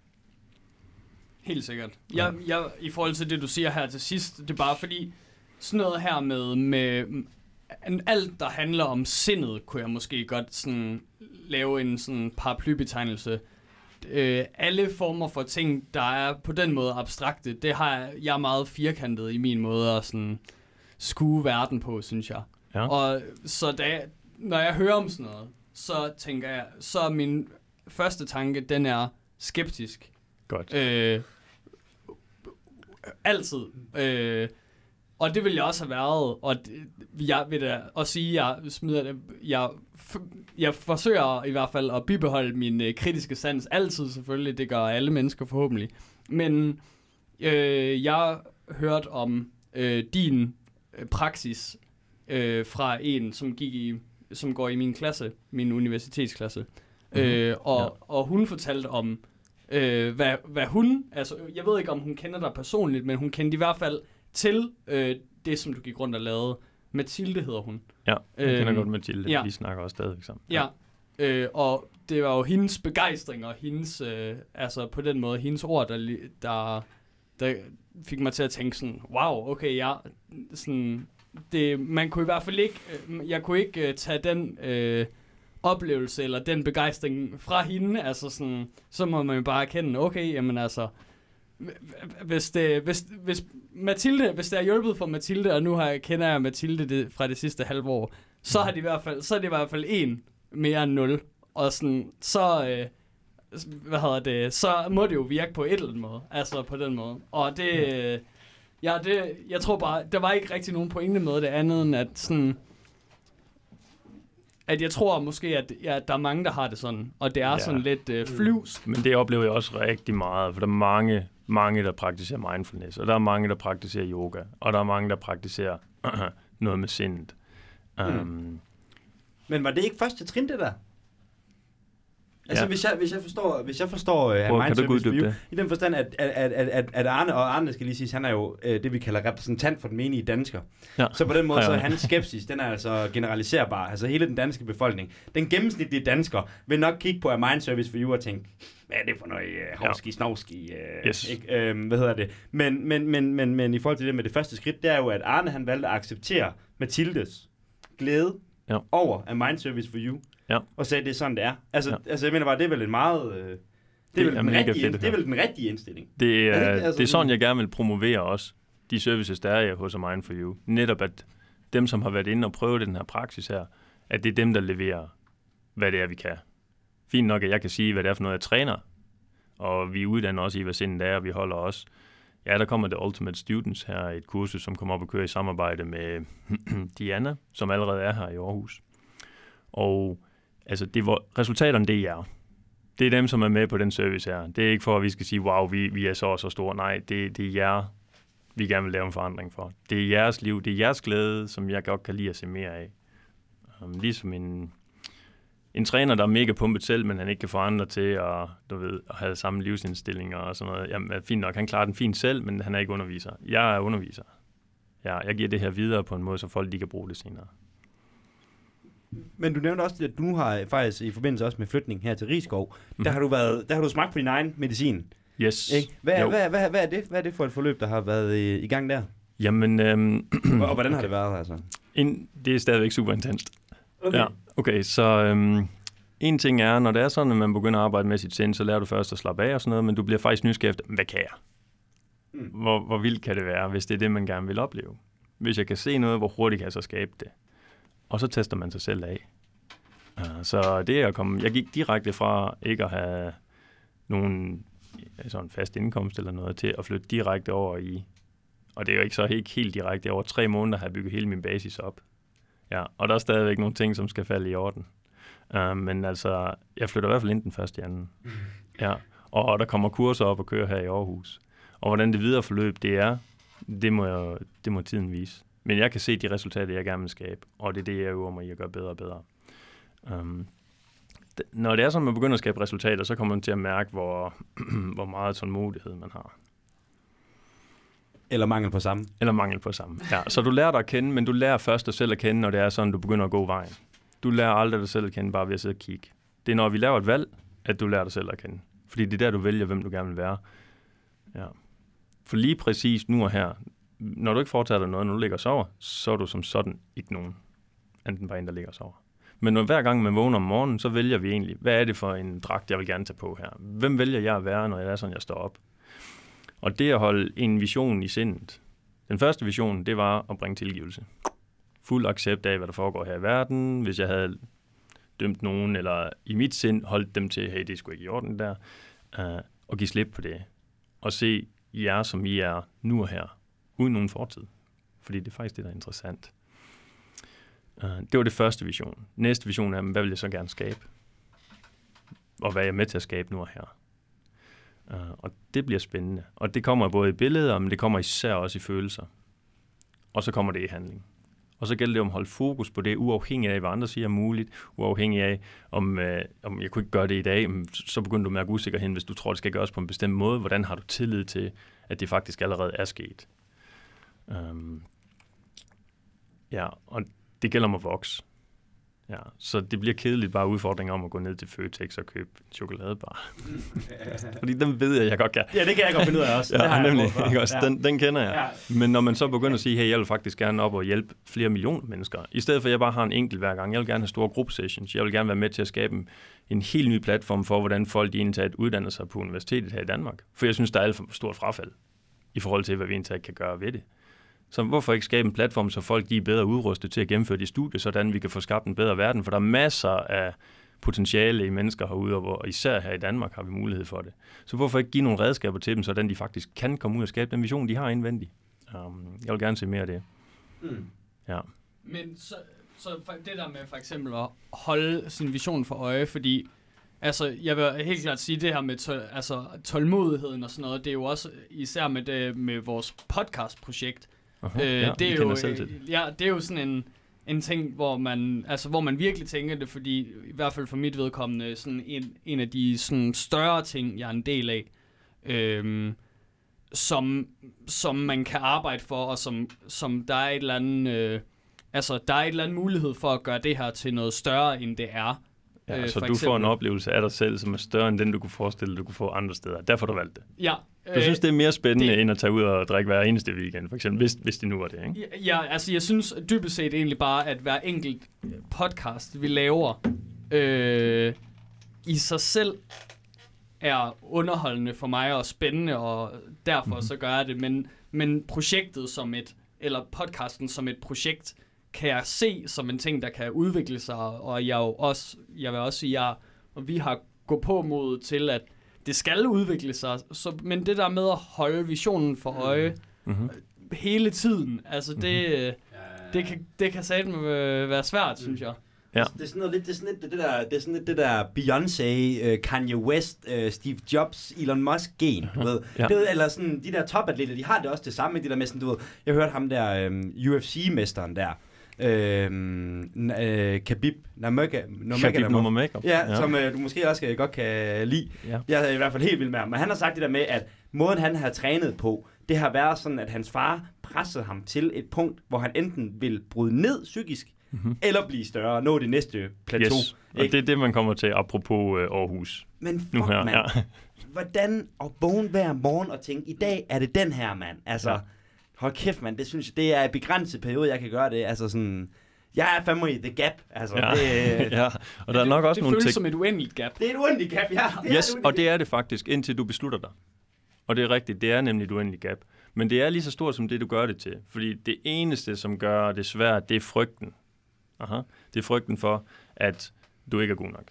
Helt sikkert. Jeg, jeg, I forhold til det, du siger her til sidst, det er bare fordi, sådan noget her med, med alt, der handler om sindet, kunne jeg måske godt sådan lave en sådan paraplybetegnelse. Øh, alle former for ting, der er på den måde abstrakte, det har jeg, jeg er meget firkantet i min måde at sådan skue verden på, synes jeg. Ja. Og så da, når jeg hører om sådan noget, så tænker jeg, så er min første tanke, den er skeptisk. Godt. Øh, altid. Øh, og det vil jeg også have været, og det, jeg vil da også sige, jeg smider det, jeg, jeg forsøger i hvert fald at bibeholde min øh, kritiske sans, altid selvfølgelig, det gør alle mennesker forhåbentlig, men øh, jeg hørte om øh, din øh, praksis øh, fra en, som gik i, som går i min klasse, min universitetsklasse, mm-hmm. øh, og, ja. og hun fortalte om Øh, hvad, hvad hun, altså jeg ved ikke om hun kender dig personligt, men hun kendte i hvert fald til øh, det, som du gik rundt og lavede. Mathilde hedder hun. Ja, jeg øh, kender godt Mathilde, ja. De snakker også stadigvæk sammen. Ja, ja. Øh, og det var jo hendes begejstring og hendes, øh, altså på den måde, hendes ord, der, der, der fik mig til at tænke sådan, wow, okay, ja, sådan, det, man kunne i hvert fald ikke, øh, jeg kunne ikke øh, tage den øh, oplevelse eller den begejstring fra hende, altså sådan, så må man jo bare erkende, okay, jamen altså, hvis det, hvis, hvis Mathilde, hvis det er hjulpet for Mathilde, og nu har jeg, kender jeg Mathilde det, fra det sidste halve år, så har de i hvert fald, så er det i hvert fald en mere end nul, og sådan, så, øh, hvad hedder det, så må det jo virke på et eller andet måde, altså på den måde, og det, øh, ja, det, jeg tror bare, der var ikke rigtig nogen pointe med det andet, end at sådan, at jeg tror måske, at ja, der er mange, der har det sådan, og det er ja. sådan lidt øh, flyvsk. Men det oplever jeg også rigtig meget, for der er mange, mange, der praktiserer mindfulness, og der er mange, der praktiserer yoga, og der er mange, der praktiserer noget med sindet. Mm. Um, Men var det ikke første trin, det der? Altså, ja. hvis, jeg, hvis jeg forstår, hvis jeg forstår uh, Mind Service View, i den forstand, at, at, at, at, at Arne, og Arne skal lige sige, han er jo uh, det, vi kalder repræsentant for den menige dansker. Ja. Så på den måde, så er hans skepsis, den er altså generaliserbar. Altså hele den danske befolkning. Den gennemsnitlige dansker vil nok kigge på Mind Service View og tænke, hvad er det for noget uh, hovski, snovski, uh, yes. ikke? Uh, hvad hedder det? Men, men, men, men, men i forhold til det med det første skridt, det er jo, at Arne han valgte at acceptere Mathildes glæde ja. over af Mind Service for You. Ja. Og sagde, det er sådan, det er. Altså, ja. altså jeg mener bare, det er vel en meget... Øh, det, er det, vel den rigtige, fedt, det er vel den rigtige indstilling. Det er, er, det, altså, det er sådan, jeg gerne vil promovere også de services, der er hos Mind for You. Netop at dem, som har været inde og prøvet den her praksis her, at det er dem, der leverer, hvad det er, vi kan. Fint nok, at jeg kan sige, hvad det er for noget, jeg træner. Og vi uddanner også i, hvad sindet er, og vi holder også... Ja, der kommer The Ultimate Students her, et kursus, som kommer op og kører i samarbejde med Diana, som allerede er her i Aarhus. Og altså, det var, resultaterne, det er jer. Det er dem, som er med på den service her. Det er ikke for, at vi skal sige, wow, vi, vi er så og så store. Nej, det, det er jer, vi gerne vil lave en forandring for. Det er jeres liv, det er jeres glæde, som jeg godt kan lide at se mere af. Um, ligesom en, en træner, der er mega pumpet selv, men han ikke kan få andre til at, du ved, at have samme livsindstillinger og sådan noget. Jamen, fint nok, han klarer den fint selv, men han er ikke underviser. Jeg er underviser. Ja, jeg giver det her videre på en måde, så folk de kan bruge det senere. Men du nævnte også, at du nu har faktisk i forbindelse også med flytning her til Risskov, mm. der har du været, der har du smagt på din egen medicin. Yes. Ikke? Hvad, hvad, hvad, hvad, er det? Hvad er det for et forløb, der har været i, i gang der? Jamen, øhm, og hvordan har det været, altså? En, det er stadigvæk super intenst. Okay. Ja, okay, så øhm, en ting er, når det er sådan, at man begynder at arbejde med sit sind, så lærer du først at slappe af og sådan noget, men du bliver faktisk nysgerrig efter, hvad kan jeg? Mm. Hvor, hvor vildt kan det være, hvis det er det, man gerne vil opleve? Hvis jeg kan se noget, hvor hurtigt kan jeg så skabe det? Og så tester man sig selv af. Uh, så det er at komme, jeg gik direkte fra ikke at have nogen sådan fast indkomst eller noget, til at flytte direkte over i, og det er jo ikke så helt, helt direkte, over tre måneder har jeg bygget hele min basis op. Ja, og der er stadigvæk nogle ting, som skal falde i orden. Uh, men altså, jeg flytter i hvert fald ind den første januar. Mm. Ja, og der kommer kurser op og kører her i Aarhus. Og hvordan det videre forløb det er, det må, jeg, det må tiden vise. Men jeg kan se de resultater, jeg gerne vil skabe, og det er det, jeg øver mig i at gøre bedre og bedre. Um, d- når det er sådan, at man begynder at skabe resultater, så kommer man til at mærke, hvor, hvor meget tålmodighed man har. Eller mangel på samme. Eller mangel på samme, ja. Så du lærer dig at kende, men du lærer først dig selv at kende, når det er sådan, du begynder at gå vejen. Du lærer aldrig dig selv at kende, bare ved at sidde og kigge. Det er, når vi laver et valg, at du lærer dig selv at kende. Fordi det er der, du vælger, hvem du gerne vil være. Ja. For lige præcis nu og her, når du ikke foretager dig noget, når du ligger og sover, så er du som sådan ikke nogen, enten bare en, der ligger og sover. Men når hver gang man vågner om morgenen, så vælger vi egentlig, hvad er det for en dragt, jeg vil gerne tage på her? Hvem vælger jeg at være, når jeg er sådan, jeg står op? Og det at holde en vision i sindet. Den første vision, det var at bringe tilgivelse. Fuld accept af, hvad der foregår her i verden. Hvis jeg havde dømt nogen, eller i mit sind holdt dem til, hey, det er sgu ikke i orden der, uh, og give slip på det. Og se jer, som I er nu og her, uden nogen fortid. Fordi det er faktisk det, der er interessant. Uh, det var det første vision. Næste vision er, hvad vil jeg så gerne skabe? Og hvad er jeg med til at skabe nu og her? Uh, og det bliver spændende. Og det kommer både i billeder, men det kommer især også i følelser. Og så kommer det i handling. Og så gælder det om at holde fokus på det, uafhængig af, hvad andre siger er muligt, uafhængig af, om, øh, om jeg kunne ikke gøre det i dag, så begynder du at mærke usikkerheden, hvis du tror, det skal gøres på en bestemt måde. Hvordan har du tillid til, at det faktisk allerede er sket? Um, ja, og det gælder om at vokse. Ja, så det bliver kedeligt bare udfordringer om at gå ned til Føtex og købe chokoladebar. Fordi den ved jeg, jeg godt kan. Ja, det kan jeg godt finde ud af også. Ja, det har nemlig. Jeg Ikke også? Ja. Den, den kender jeg. Ja. Men når man så begynder at sige, hey, jeg vil faktisk gerne op og hjælpe flere millioner mennesker, i stedet for at jeg bare har en enkelt hver gang. Jeg vil gerne have store gruppesessions. Jeg vil gerne være med til at skabe en, en helt ny platform for, hvordan folk de indtaget uddanner sig på universitetet her i Danmark. For jeg synes, der er alt for stort frafald i forhold til, hvad vi indtaget kan gøre ved det. Så hvorfor ikke skabe en platform, så folk de er bedre udrustet til at gennemføre de studier, sådan vi kan få skabt en bedre verden, for der er masser af potentiale i mennesker herude, og især her i Danmark har vi mulighed for det. Så hvorfor ikke give nogle redskaber til dem, sådan de faktisk kan komme ud og skabe den vision, de har indvendigt. Um, jeg vil gerne se mere af det. Mm. Ja. Men så, så det der med for eksempel at holde sin vision for øje, fordi altså, jeg vil helt klart sige det her med tål, altså, tålmodigheden og sådan noget, det er jo også især med, det, med vores podcastprojekt. Uh-huh. Øh, ja, det, er jo, det. ja, det er jo sådan en, en ting, hvor man, altså, hvor man virkelig tænker det, fordi i hvert fald for mit vedkommende, sådan en, en af de sådan større ting, jeg er en del af, øhm, som, som man kan arbejde for, og som, som der er et eller andet, øh, altså, der er et eller andet mulighed for at gøre det her til noget større, end det er. Ja, øh, så du eksempel. får en oplevelse af dig selv, som er større end den, du kunne forestille, du kunne få andre steder. Derfor har du valgt det. Ja. Du synes, det er mere spændende, det, end at tage ud og drikke hver eneste weekend, for eksempel, hvis, hvis det nu var det, ikke? Ja, altså jeg synes dybest set egentlig bare, at hver enkelt podcast, vi laver, øh, i sig selv er underholdende for mig og spændende, og derfor mm-hmm. så gør jeg det. Men, men projektet som et, eller podcasten som et projekt, kan jeg se som en ting, der kan udvikle sig, og jeg, jo også, jeg vil også sige, at vi har gået på mod til, at det skal udvikle sig, så, men det der med at holde visionen for øje mm-hmm. hele tiden, altså det, mm-hmm. det kan, det kan satme være svært, mm. synes jeg. Ja. Det er sådan noget lidt, det er sådan lidt det der, det er sådan lidt det der Beyoncé, uh, Kanye West, uh, Steve Jobs, Elon Musk gen, du ved. Ja. Det ved, eller sådan de der topatleter, de har det også det samme med de der med sådan, du ved. Jeg hørte ham der um, U F C-mesteren der. øh, øh, Khabib Nurmagomedov. Ja, ja, som øh, du måske også godt kan lide. Ja. Jeg er i hvert fald helt vild med ham. Men han har sagt det der med, at måden han har trænet på, det har været sådan, at hans far pressede ham til et punkt, hvor han enten vil bryde ned psykisk, mm-hmm. eller blive større og nå det næste plateau. Yes. Og det er det, man kommer til, apropos øh, Aarhus. Men fuck, nu her, mand. Ja. Hvordan at vågne hver morgen og tænke, i dag er det den her, mand. Altså, ja. Hold kæft, mand. Det synes jeg, det er en begrænset periode, jeg kan gøre det. Altså sådan, jeg er fandme i the gap. Altså, ja. det, ja. Og der er nok det, også det nogle føles ting. som et uendeligt gap. Det er et uendeligt gap, ja. Det yes, og det er det faktisk, indtil du beslutter dig. Og det er rigtigt, det er nemlig et uendeligt gap. Men det er lige så stort som det, du gør det til. Fordi det eneste, som gør det svært, det er frygten. Aha. Det er frygten for, at du ikke er god nok.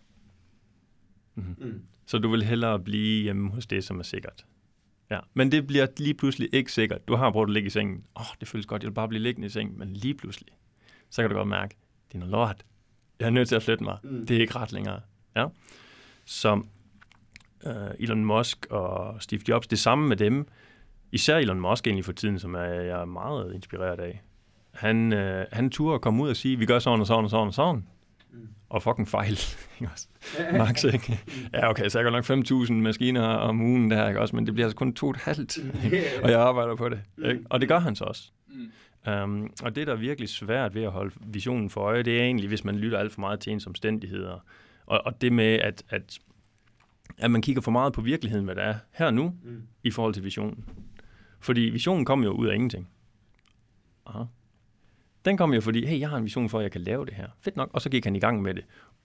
Mm-hmm. Mm. Så du vil hellere blive hjemme hos det, som er sikkert. Ja. Men det bliver lige pludselig ikke sikkert. Du har prøvet at ligge i sengen. Åh, oh, det føles godt, jeg vil bare blive liggende i sengen. Men lige pludselig, så kan du godt mærke, det er noget lort. Jeg er nødt til at flytte mig. Mm. Det er ikke ret længere. Ja. Som uh, Elon Musk og Steve Jobs, det samme med dem. Især Elon Musk egentlig for tiden, som er, jeg er meget inspireret af. Han, øh, han turde at komme ud og sige, vi gør sådan og sådan og sådan og sådan. Mm. Og fucking fejl. Max, ikke? Ja, okay, så jeg går nok fem tusind maskiner om ugen der, ikke også? Men det bliver altså kun to og et halvt. Og jeg arbejder på det. Ikke? Og det gør han så også. Mm. Um, og det, der er virkelig svært ved at holde visionen for øje, det er egentlig, hvis man lytter alt for meget til ens omstændigheder. Og, og det med, at, at, at man kigger for meget på virkeligheden, hvad det er her nu, mm. i forhold til visionen. Fordi visionen kommer jo ud af ingenting. Aha. Den kommer jo fordi, hey, jeg har en vision for, at jeg kan lave det her. Fedt nok. Og så gik han i gang med det.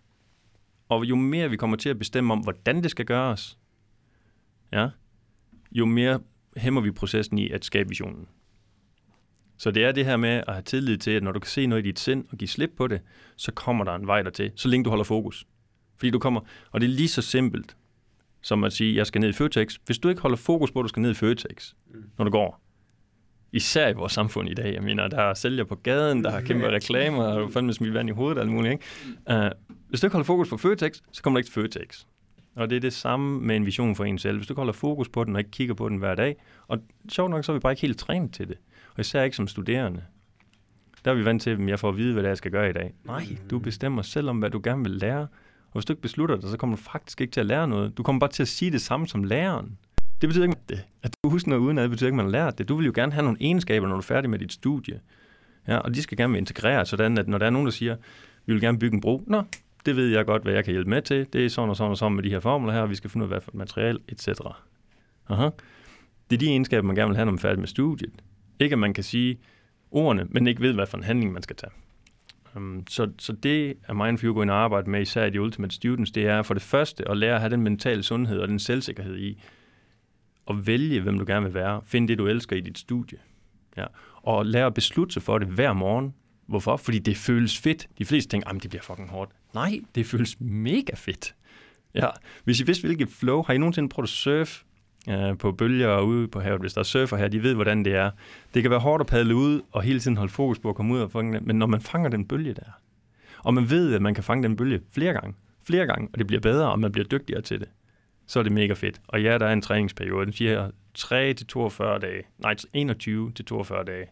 Og jo mere vi kommer til at bestemme om, hvordan det skal gøres, ja, jo mere hæmmer vi processen i at skabe visionen. Så det er det her med at have tillid til, at når du kan se noget i dit sind og give slip på det, så kommer der en vej dertil, så længe du holder fokus. Fordi du kommer, og det er lige så simpelt, som at sige, jeg skal ned i Føtex. Hvis du ikke holder fokus på, at du skal ned i Føtex, mm. når du går, især i vores samfund i dag, jeg mener, der er sælger på gaden, der har kæmpe reklamer, og du fandme smidt vand i hovedet og alt muligt, ikke? Uh, hvis du ikke holder fokus på Føtex, så kommer du ikke til Føtex. Og det er det samme med en vision for en selv. Hvis du ikke holder fokus på den, og ikke kigger på den hver dag, og sjovt nok, så er vi bare ikke helt trænet til det. Og især ikke som studerende. Der er vi vant til, at jeg får at vide, hvad det er, jeg skal gøre i dag. Nej, du bestemmer selv om, hvad du gerne vil lære. Og hvis du ikke beslutter dig, så kommer du faktisk ikke til at lære noget. Du kommer bare til at sige det samme som læreren. Det betyder ikke, det. At du husker noget udenad, det betyder ikke, at man har lært det. Du vil jo gerne have nogle egenskaber, når du er færdig med dit studie. Ja, og de skal gerne være integreret, sådan at når der er nogen, der siger, vi vil gerne bygge en bro, nå, det ved jeg godt, hvad jeg kan hjælpe med til. Det er sådan og sådan og sådan med de her formler her, og vi skal finde ud af, hvad for materiale, et cetera. Aha. Det er de egenskaber, man gerne vil have, når man er færdig med studiet. Ikke at man kan sige ordene, men ikke ved, hvad for en handling man skal tage. Um, så, så det er Mindful går ind og arbejde med, især i de Ultimate Students, det er for det første at lære at have den mentale sundhed og den selvsikkerhed i at vælge, hvem du gerne vil være. Find det, du elsker i dit studie. Ja. Og lære at beslutte sig for det hver morgen. Hvorfor? Fordi det føles fedt. De fleste tænker, at det bliver fucking hårdt. Nej, det føles mega fedt. Ja. Hvis I vidste, hvilket flow, har I nogensinde prøvet at surfe uh, på bølger ude på havet? Hvis der er surfer her, de ved, hvordan det er. Det kan være hårdt at padle ud og hele tiden holde fokus på at komme ud og fange den. Men når man fanger den bølge der, og man ved, at man kan fange den bølge flere gange, flere gange, og det bliver bedre, og man bliver dygtigere til det, så er det mega fedt. Og ja, der er en træningsperiode. Den siger tre til toogfyrre dage. Nej, enogtyve til toogfyrre dage.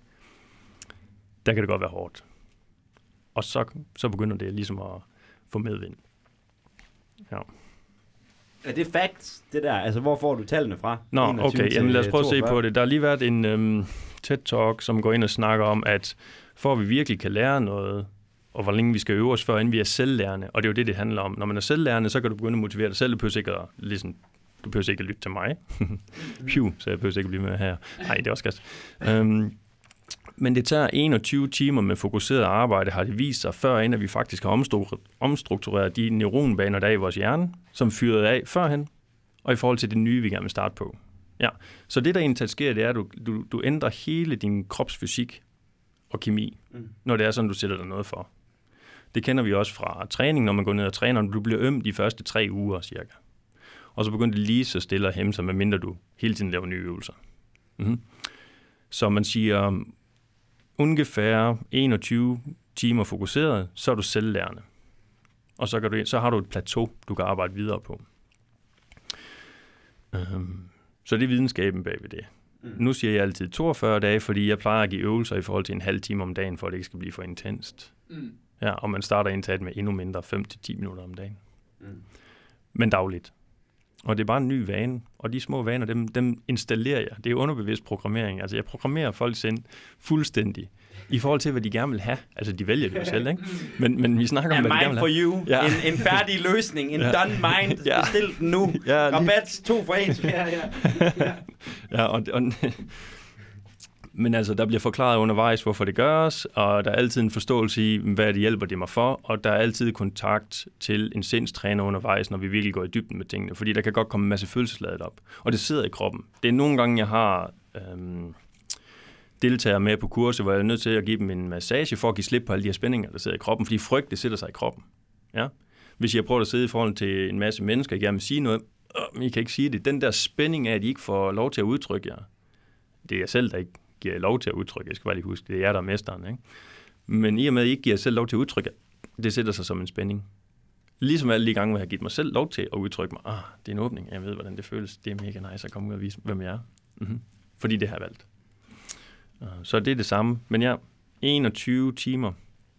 Der kan det godt være hårdt. Og så, så begynder det ligesom at få medvind. Ja. Er det facts, det der? Altså, hvor får du tallene fra? Nå, okay. Jamen, lad os prøve at se på det. Der har lige været en øhm, TED-talk, som går ind og snakker om, at for at vi virkelig kan lære noget, og hvor længe vi skal øve os før, inden vi er selvlærende. Og det er jo det, det handler om. Når man er selvlærende, så kan du begynde at motivere dig selv. Du behøver ikke at, ligesom, du behøver ikke at lytte til mig. Phew, så jeg behøver ikke at blive med her. Nej, det er også gas. Um, men det tager enogtyve timer med fokuseret arbejde, har det vist sig, før inden vi faktisk har omstruktureret de neuronbaner, der er i vores hjerne, som fyrede af førhen, og i forhold til det nye, vi gerne vil starte på. Ja. Så det, der egentlig sker, det er, at du, du, du ændrer hele din kropsfysik og kemi, mm. når det er sådan, du sætter dig noget for. Det kender vi også fra træning, når man går ned og træner. Du bliver øm de første tre uger cirka. Og så begynder det lige så stille at hæmme sig, medmindre du hele tiden laver nye øvelser. Mm-hmm. Så man siger, ungefær enogtyve timer fokuseret, så er du selvlærende. Og så, kan du, så har du et plateau, du kan arbejde videre på. Um, så det er videnskaben bag ved det. Mm. Nu siger jeg altid toogfyrre dage, fordi jeg plejer at give øvelser i forhold til en halv time om dagen, for at det ikke skal blive for intenst. Mm. Ja, og man starter indtaget med endnu mindre, fem til ti minutter om dagen. Mm. Men dagligt. Og det er bare en ny vane, og de små vaner, dem, dem installerer jeg. Det er underbevidst programmering. Altså, jeg programmerer folks sind fuldstændig i forhold til, hvad de gerne vil have. Altså, de vælger det jo selv, ikke? Men, men vi snakker om, hvad de gerne vil have. Mind for you. Ja. En, en færdig løsning. En ja. done mind. Ja. Bestil den nu. Ja, rabat to for en. Ja, ja. ja. ja og, og, men altså, der bliver forklaret undervejs, hvorfor det gøres, og der er altid en forståelse i, hvad det hjælper det mig for, og der er altid kontakt til en sindstræner undervejs, når vi virkelig går i dybden med tingene, fordi der kan godt komme en masse følelsesladet op, og det sidder i kroppen. Det er nogle gange, jeg har øhm, deltagere med på kurser, hvor jeg er nødt til at give dem en massage, for at give slip på alle de her spændinger, der sidder i kroppen, fordi frygt, det sætter sig i kroppen. Ja? Hvis jeg prøver at sidde i forhold til en masse mennesker, jeg gerne vil sige noget, øh, men I kan ikke sige det. Den der spænding af, at I ikke får lov til at udtrykke jer, det er jeg selv, der ikke giver jer lov til at udtrykke. Jeg skal bare lige huske, det er jer, der er mesteren. Ikke? Men i og med, at I ikke giver jer selv lov til at udtrykke, det sætter sig som en spænding. Ligesom alle de gange, hvor jeg har givet mig selv lov til at udtrykke mig. Ah, det er en åbning. Jeg ved, hvordan det føles. Det er mega nice at komme ud og vise, hvem jeg er. Mm-hmm. Fordi det har jeg valgt. Uh, så det er det samme. Men ja, enogtyve timer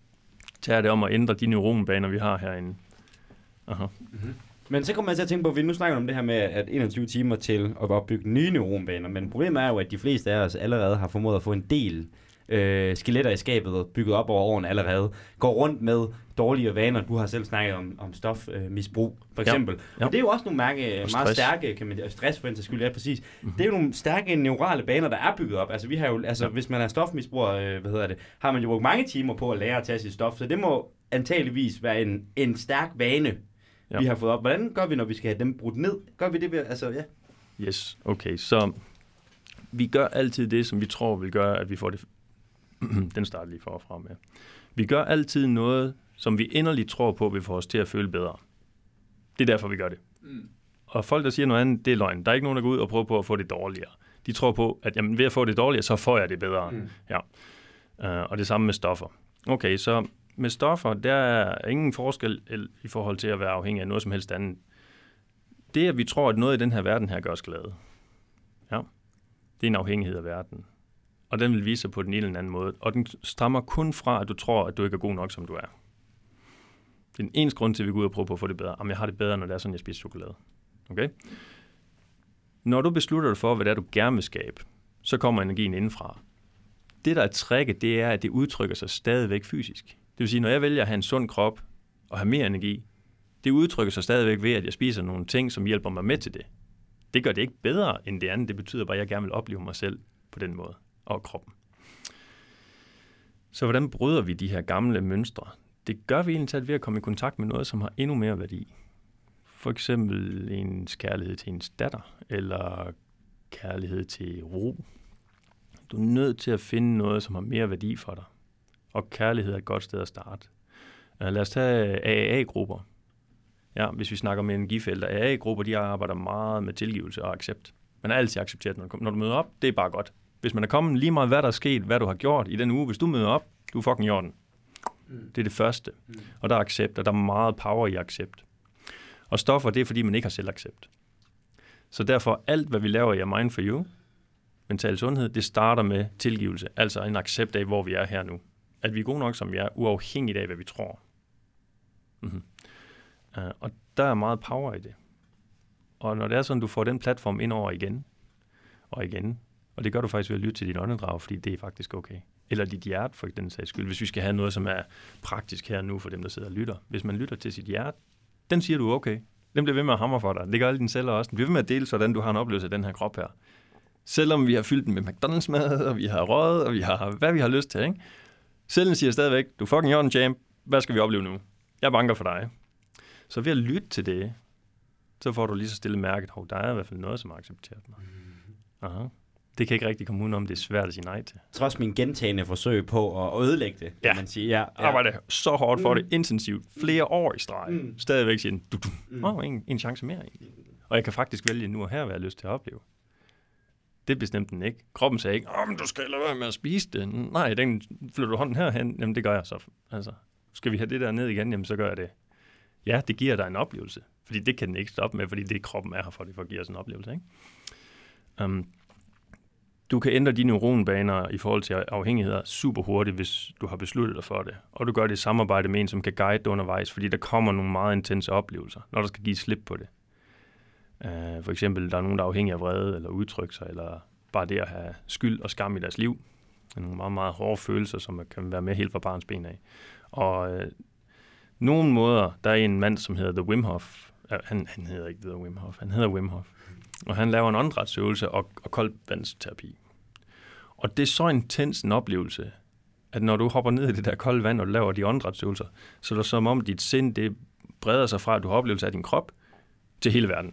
tager det om at ændre de neuronbaner, vi har herinde. Aha. Mm-hmm. Men så kommer man til at tænke på, at vi nu snakker om det her med, at enogtyve timer til at opbygge nye neuronbaner. Men problemet er jo, at de fleste af os allerede har formået at få en del øh, skeletter i skabet bygget op over årene allerede. Går rundt med dårlige vaner. Du har selv snakket om, om stofmisbrug, øh, for eksempel. Ja. Ja. Og det er jo også nogle mærke, meget stærke, kan man, stress for en til skyld, ja, præcis. Mm-hmm. Det er jo nogle stærke neurale baner, der er bygget op. Altså, vi har jo, altså, ja. Hvis man er stofmisbruger, øh, hvad hedder det, har man jo brugt mange timer på at lære at tage sit stof. Så det må antageligvis være en, en stærk vane, ja. Vi har fået op. Hvordan gør vi, når vi skal have dem brudt ned? Gør vi det ved, altså, ja. Yes, okay. Så vi gør altid det, som vi tror vil gøre, at vi får det. Den starter lige forfra med. Vi gør altid noget, som vi inderligt tror på, vil få os til at føle bedre. Det er derfor, vi gør det. Mm. Og folk, der siger noget andet, det er løgn. Der er ikke nogen, der går ud og prøver på at få det dårligere. De tror på, at jamen, ved at få det dårligere, så får jeg det bedre. Mm. Ja. Uh, og det samme med stoffer. Okay, så med stoffer, der er ingen forskel i forhold til at være afhængig af noget som helst andet. Det, at vi tror, at noget i den her verden her gør os glade. Ja. Det er en afhængighed af verden. Og den vil vise sig på den ene eller anden måde. Og den stammer kun fra, at du tror, at du ikke er god nok, som du er. Det er den eneste grund til, at vi går ud og prøver på at få det bedre. Jamen, jeg har det bedre, når det er sådan, jeg spiser chokolade. Okay? Når du beslutter dig for, hvad det er, du gerne vil skabe, så kommer energien indenfra. Det, der er tricket, det er, at det udtrykker sig stadigvæk fysisk. Det vil sige, når jeg vælger at have en sund krop og have mere energi, det udtrykker sig stadigvæk ved, at jeg spiser nogle ting, som hjælper mig med til det. Det gør det ikke bedre end det andet. Det betyder bare, at jeg gerne vil opleve mig selv på den måde. Og kroppen. Så hvordan bryder vi de her gamle mønstre? Det gør vi egentlig ved at komme i kontakt med noget, som har endnu mere værdi. For eksempel ens kærlighed til ens datter, eller kærlighed til ro. Du er nødt til at finde noget, som har mere værdi for dig. Og kærlighed er et godt sted at starte. Lad os tage A A A-grupper. Ja, hvis vi snakker med energifelter. A A A-grupper, de arbejder meget med tilgivelse og accept. Man er altid accepteret, når du, når du møder op. Det er bare godt. Hvis man er kommet lige meget, hvad der er sket, hvad du har gjort i den uge, hvis du møder op, du er fucking i orden. Mm. Det er det første. Mm. Og der er accept, og der er meget power i accept. Og stoffer, det er, fordi man ikke har selvaccept. Så derfor, alt, hvad vi laver i Mind for You, mental sundhed, det starter med tilgivelse. Altså en accept af, hvor vi er her nu. At vi er gode nok, som vi er, uafhængigt af, hvad vi tror. Mm-hmm. Uh, og der er meget power i det. Og når det er sådan, du får den platform ind over igen, og igen, og det gør du faktisk ved at lytte til dit åndedrag, fordi det er faktisk okay. Eller dit hjerte, for den sags skyld. Hvis vi skal have noget, som er praktisk her nu, for dem, der sidder og lytter. Hvis man lytter til sit hjerte, den siger du okay. Den bliver ved med at hamre for dig. Det gør alle dine celler også. Den bliver ved med at dele, sådan du har en oplevelse af den her krop her. Selvom vi har fyldt den med McDonald's-mad, og vi har røget, og vi har hvad vi har lyst til, ikke? Cellen siger stadigvæk, du er fucking jorden, champ. Hvad skal vi opleve nu? Jeg banker for dig. Så ved at lytte til det, så får du lige så stille mærket, at der er i hvert fald noget, som har accepteret mig. Aha. Det kan ikke rigtig komme udenom, det er svært at sige nej til. Trods min gentagende forsøg på at ødelægge det, kan ja. man sige. Ja, ja. Arbejder så hårdt for mm. det, intensivt, flere år i streg. Mm. Stadigvæk siger den, du, du. Mm. Oh, en, en chance mere. Og jeg kan faktisk vælge nu og her, hvad jeg har lyst til at opleve. Det bestemte den ikke. Kroppen sagde ikke, oh, du skal lade være med at spise det. Nej, den flytter du hånden herhen. Jamen, det gør jeg så. Altså, skal vi have det der ned igen, jamen, så gør jeg det. Ja, det giver dig en oplevelse. Fordi det kan den ikke stoppe med, fordi det kroppen er her for, det for at give os en oplevelse. Ikke? Um, du kan ændre de neuronbaner i forhold til afhængigheder super hurtigt, hvis du har besluttet dig for det. Og du gør det i samarbejde med en, som kan guide dig undervejs, fordi der kommer nogle meget intense oplevelser, når der skal give slip på det. Uh, for eksempel, der er nogen, der er afhængige af vrede, eller udtrykke sig, eller bare det at have skyld og skam i deres liv. Nogle meget, meget hårde følelser, som kan være med helt fra barns ben af. Og uh, nogle måder, der er en mand, som hedder The Wim Hof. Uh, han, han hedder ikke The Wim Hof, han hedder Wim Hof. Og han laver en åndedrætsøvelse og, og koldvandsterapi. Og det er så intens en oplevelse, at når du hopper ned i det der kolde vand, og du laver de åndedrætsøvelser, så er det som om dit sind, det breder sig fra, at du har oplevelse af din krop, til hele verden.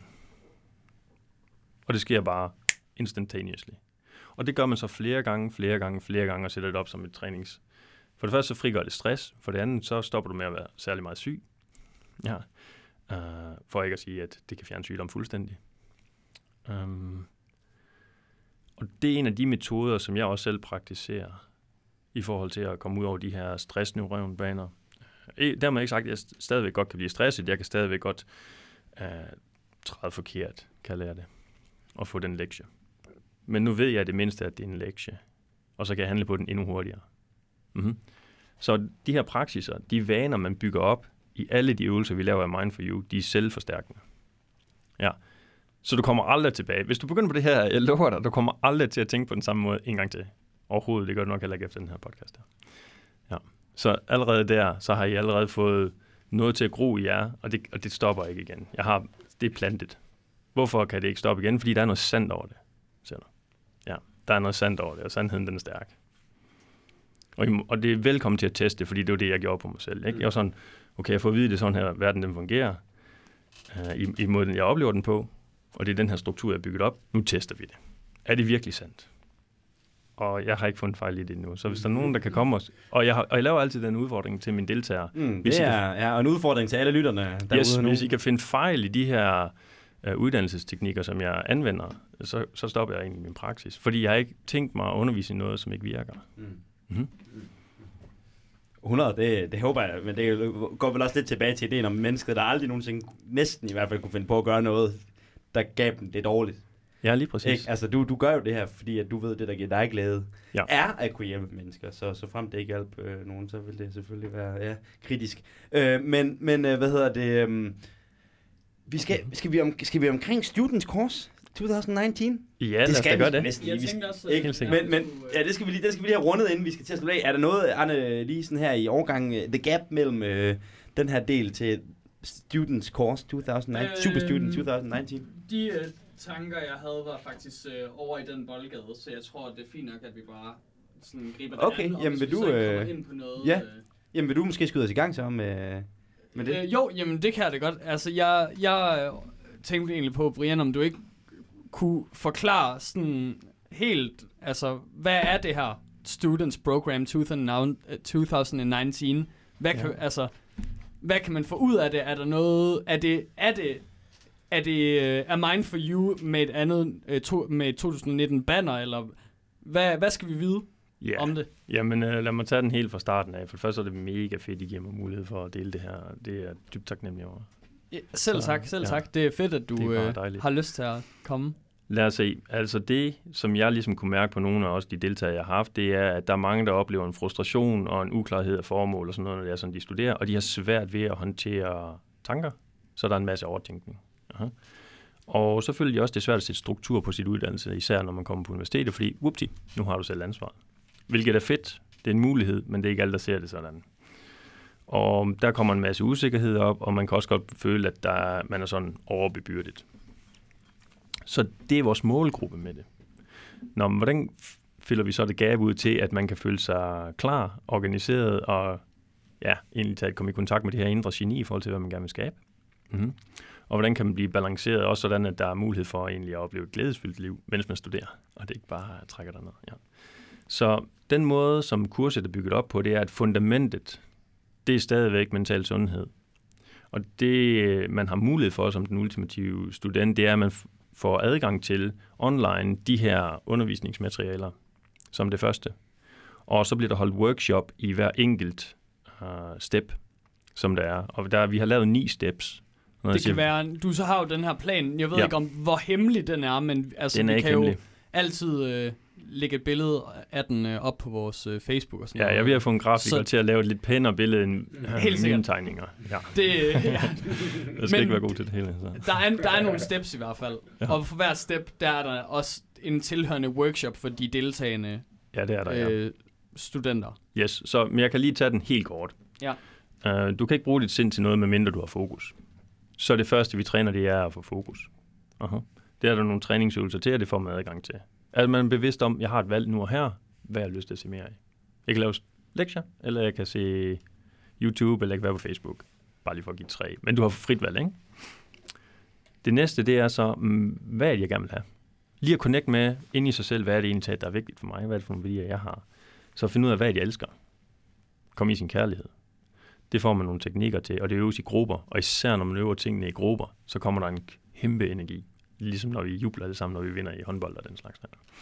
Og det sker bare instantaneously. Og det gør man så flere gange, flere gange, flere gange, og sætter det op som et trænings. For det første så frigør det stress, for det andet så stopper du med at være særlig meget syg. Ja. Uh, for ikke at sige, at det kan fjerne sygdom fuldstændig. Um, og det er en af de metoder, som jeg også selv praktiserer i forhold til at komme ud over de her stressneuronbaner. Dermed ikke sagt, at jeg stadigvæk godt kan blive stresset. Jeg kan stadigvæk godt uh, træde forkert, kalder jeg det, og få den lektie. Men nu ved jeg det mindste, at det er en lektie, og så kan jeg handle på den endnu hurtigere. Mm-hmm. Så de her praksiser, de vaner, man bygger op i alle de øvelser, vi laver af Mind for You, de er selvforstærkende. Ja. Så du kommer aldrig tilbage. Hvis du begynder på det her, jeg lover dig, du kommer aldrig til at tænke på den samme måde en gang til. Overhovedet, det gør du nok heller ikke efter den her podcast her. Ja. Så allerede der, så har I allerede fået noget til at gro i jer, og det, og det stopper ikke igen. Jeg har, det er plantet. Hvorfor kan det ikke stoppe igen? Fordi der er noget sandt over det. Siger du. Ja, der er noget sandt over det, og sandheden den er stærk. Og, I, og det er velkommen til at teste, fordi det var det, jeg gjorde på mig selv. Ikke? Jeg var sådan, okay, jeg får at vide, det er sådan her, verden den fungerer, uh, i, i måden, jeg oplever den på, og det er den her struktur, jeg har bygget op. Nu tester vi det. Er det virkelig sandt? Og jeg har ikke fundet fejl i det endnu. Så hvis der er nogen, der kan komme os... Og jeg, har, og jeg laver altid den udfordring til mine deltagere. Mm, det er kan, ja, en udfordring til alle lytterne derude yes, nu. Hvis I kan finde fejl i de her uh, uddannelsesteknikker, som jeg anvender, så, så stopper jeg egentlig min praksis. Fordi jeg har ikke tænkt mig at undervise i noget, som ikke virker. Mm. Mm-hmm. hundrede, det, det håber jeg, men det går vel også lidt tilbage til ideen om mennesket, der aldrig nogensinde, næsten i hvert fald, kunne finde på at gøre noget, der gav dem det dårligt. Ja, lige præcis. Ikke? Altså, du, du gør jo det her, fordi at du ved, det der giver dig glæde, ja. er at kunne hjælpe mennesker. Så, så frem det ikke hjælper øh, nogen, så vil det selvfølgelig være ja, kritisk. Øh, men, men øh, hvad hedder det? Øh, vi skal, skal, vi om, skal vi omkring Students Course tyve nitten? Ja, lad os da gøre det. Næsten, jeg vi, tænkte også, ikke, men, men ja, det skal vi lige, det skal vi lige have rundet, inden vi skal til at slutte af. Er der noget, Arne, lige sådan her i overgang, uh, the gap mellem uh, den her del til Students Course tyve nitten, øh, Super Student tyve nitten? De uh, tanker, jeg havde, var faktisk uh, over i den boldgade, så jeg tror, det er fint nok, at vi bare sådan griber det okay, an, og jamen, hvis vil vi du, så kommer øh, ind på noget... Ja, øh, jamen vil du måske skyde os i gang så med, med det? Øh, jo, jamen det kan jeg da godt. Altså, jeg, jeg tænkte egentlig på, Brian, om du ikke kunne forklare sådan helt, altså, hvad er det her Students Program tyve nitten? Hvad kan, ja. altså, hvad kan man få ud af det? Er der noget, er det, er det, er det, er Mind for You med et andet, to, med et to tusind nitten banner, eller hvad, hvad skal vi vide yeah. om det? Jamen, uh, lad mig tage den helt fra starten af. For det første er det mega fedt, I giver mig mulighed for at dele det her. Det er dybt taknemmelig over. Ja, selv tak, selv ja. tak. Det er fedt, at du øh, har lyst til at komme. Lad os se. Altså det, som jeg ligesom kunne mærke på nogle af os, de deltagere, jeg har haft, det er, at der er mange, der oplever en frustration og en uklarhed af formål og sådan noget, når det er sådan, de studerer, og de har svært ved at håndtere tanker. Så der er en masse overtænkning. Aha. Og selvfølgelig også det er svært at sætte struktur på sit uddannelse, især når man kommer på universitetet, fordi whoopty, nu har du selv ansvaret. Hvilket er fedt. Det er en mulighed, men det er ikke alt, der ser det sådan. Og der kommer en masse usikkerhed op, og man kan også godt føle, at der, man er sådan overbebyrdet. Så det er vores målgruppe med det. Nå, men hvordan fylder vi så det gab ud til, at man kan føle sig klar, organiseret, og ja, egentlig tage at komme i kontakt med det her indre geni i forhold til, hvad man gerne vil skabe? Mm-hmm. Og hvordan kan man blive balanceret, også sådan, at der er mulighed for egentlig at opleve et glædesfyldt liv, mens man studerer, og det ikke bare trækker derned. Ja. Så den måde, som kurset er bygget op på, det er, at fundamentet, det er stadigvæk mental sundhed. Og det, man har mulighed for som den ultimative student, det er, at man får adgang til online de her undervisningsmaterialer som det første. Og så bliver der holdt workshop i hver enkelt uh, step, som der er. Og der, vi har lavet ni steps. Det kan siger, være, du så har jo den her plan. Jeg ved ja. ikke, om hvor hemmelig den er, men altså, den er vi ikke kan hemmelig. jo altid øh, lægge et billede af den øh, op på vores øh, Facebook og sådan Ja, noget. jeg vil have fået en grafiker Så- til at lave et lidt pænere billede end øh, Helt mine sikkert. tegninger. Ja. Det, ja. Jeg skal Men- ikke være god til det hele. Så. Der er, der er nogle steps i hvert fald. Ja. Ja. Og for hver step, der er der også en tilhørende workshop for de deltagende Ja, det er der, ja. øh, studenter. Yes, så, men jeg kan lige tage den helt kort. Ja. Uh, du kan ikke bruge dit sind til noget, medmindre du har fokus. Så det første, vi træner, det er at få fokus. Uh-huh. Det er der nogle træningsøvelser til, og det får man adgang til. Er man bevidst om, at jeg har et valg nu og her, hvad jeg har lyst til at se mere af? Jeg kan lave lektier, eller jeg kan se YouTube, eller jeg kan være på Facebook. Bare lige for at give tre. Men du har frit valg, ikke? Det næste, det er så, mm, hvad er det, jeg gerne vil have? Lige at connect med ind i sig selv, hvad er det egentlig, der er vigtigt for mig? Hvad er det for nogle værdier, jeg har? Så finde ud af, hvad jeg elsker. Kom i sin kærlighed. Det får man nogle teknikker til, og det øves i grupper. Og især når man øver tingene i grupper, så kommer der en kæmpe energi. Ligesom når vi jubler alle sammen, når vi vinder i håndbold og den slags.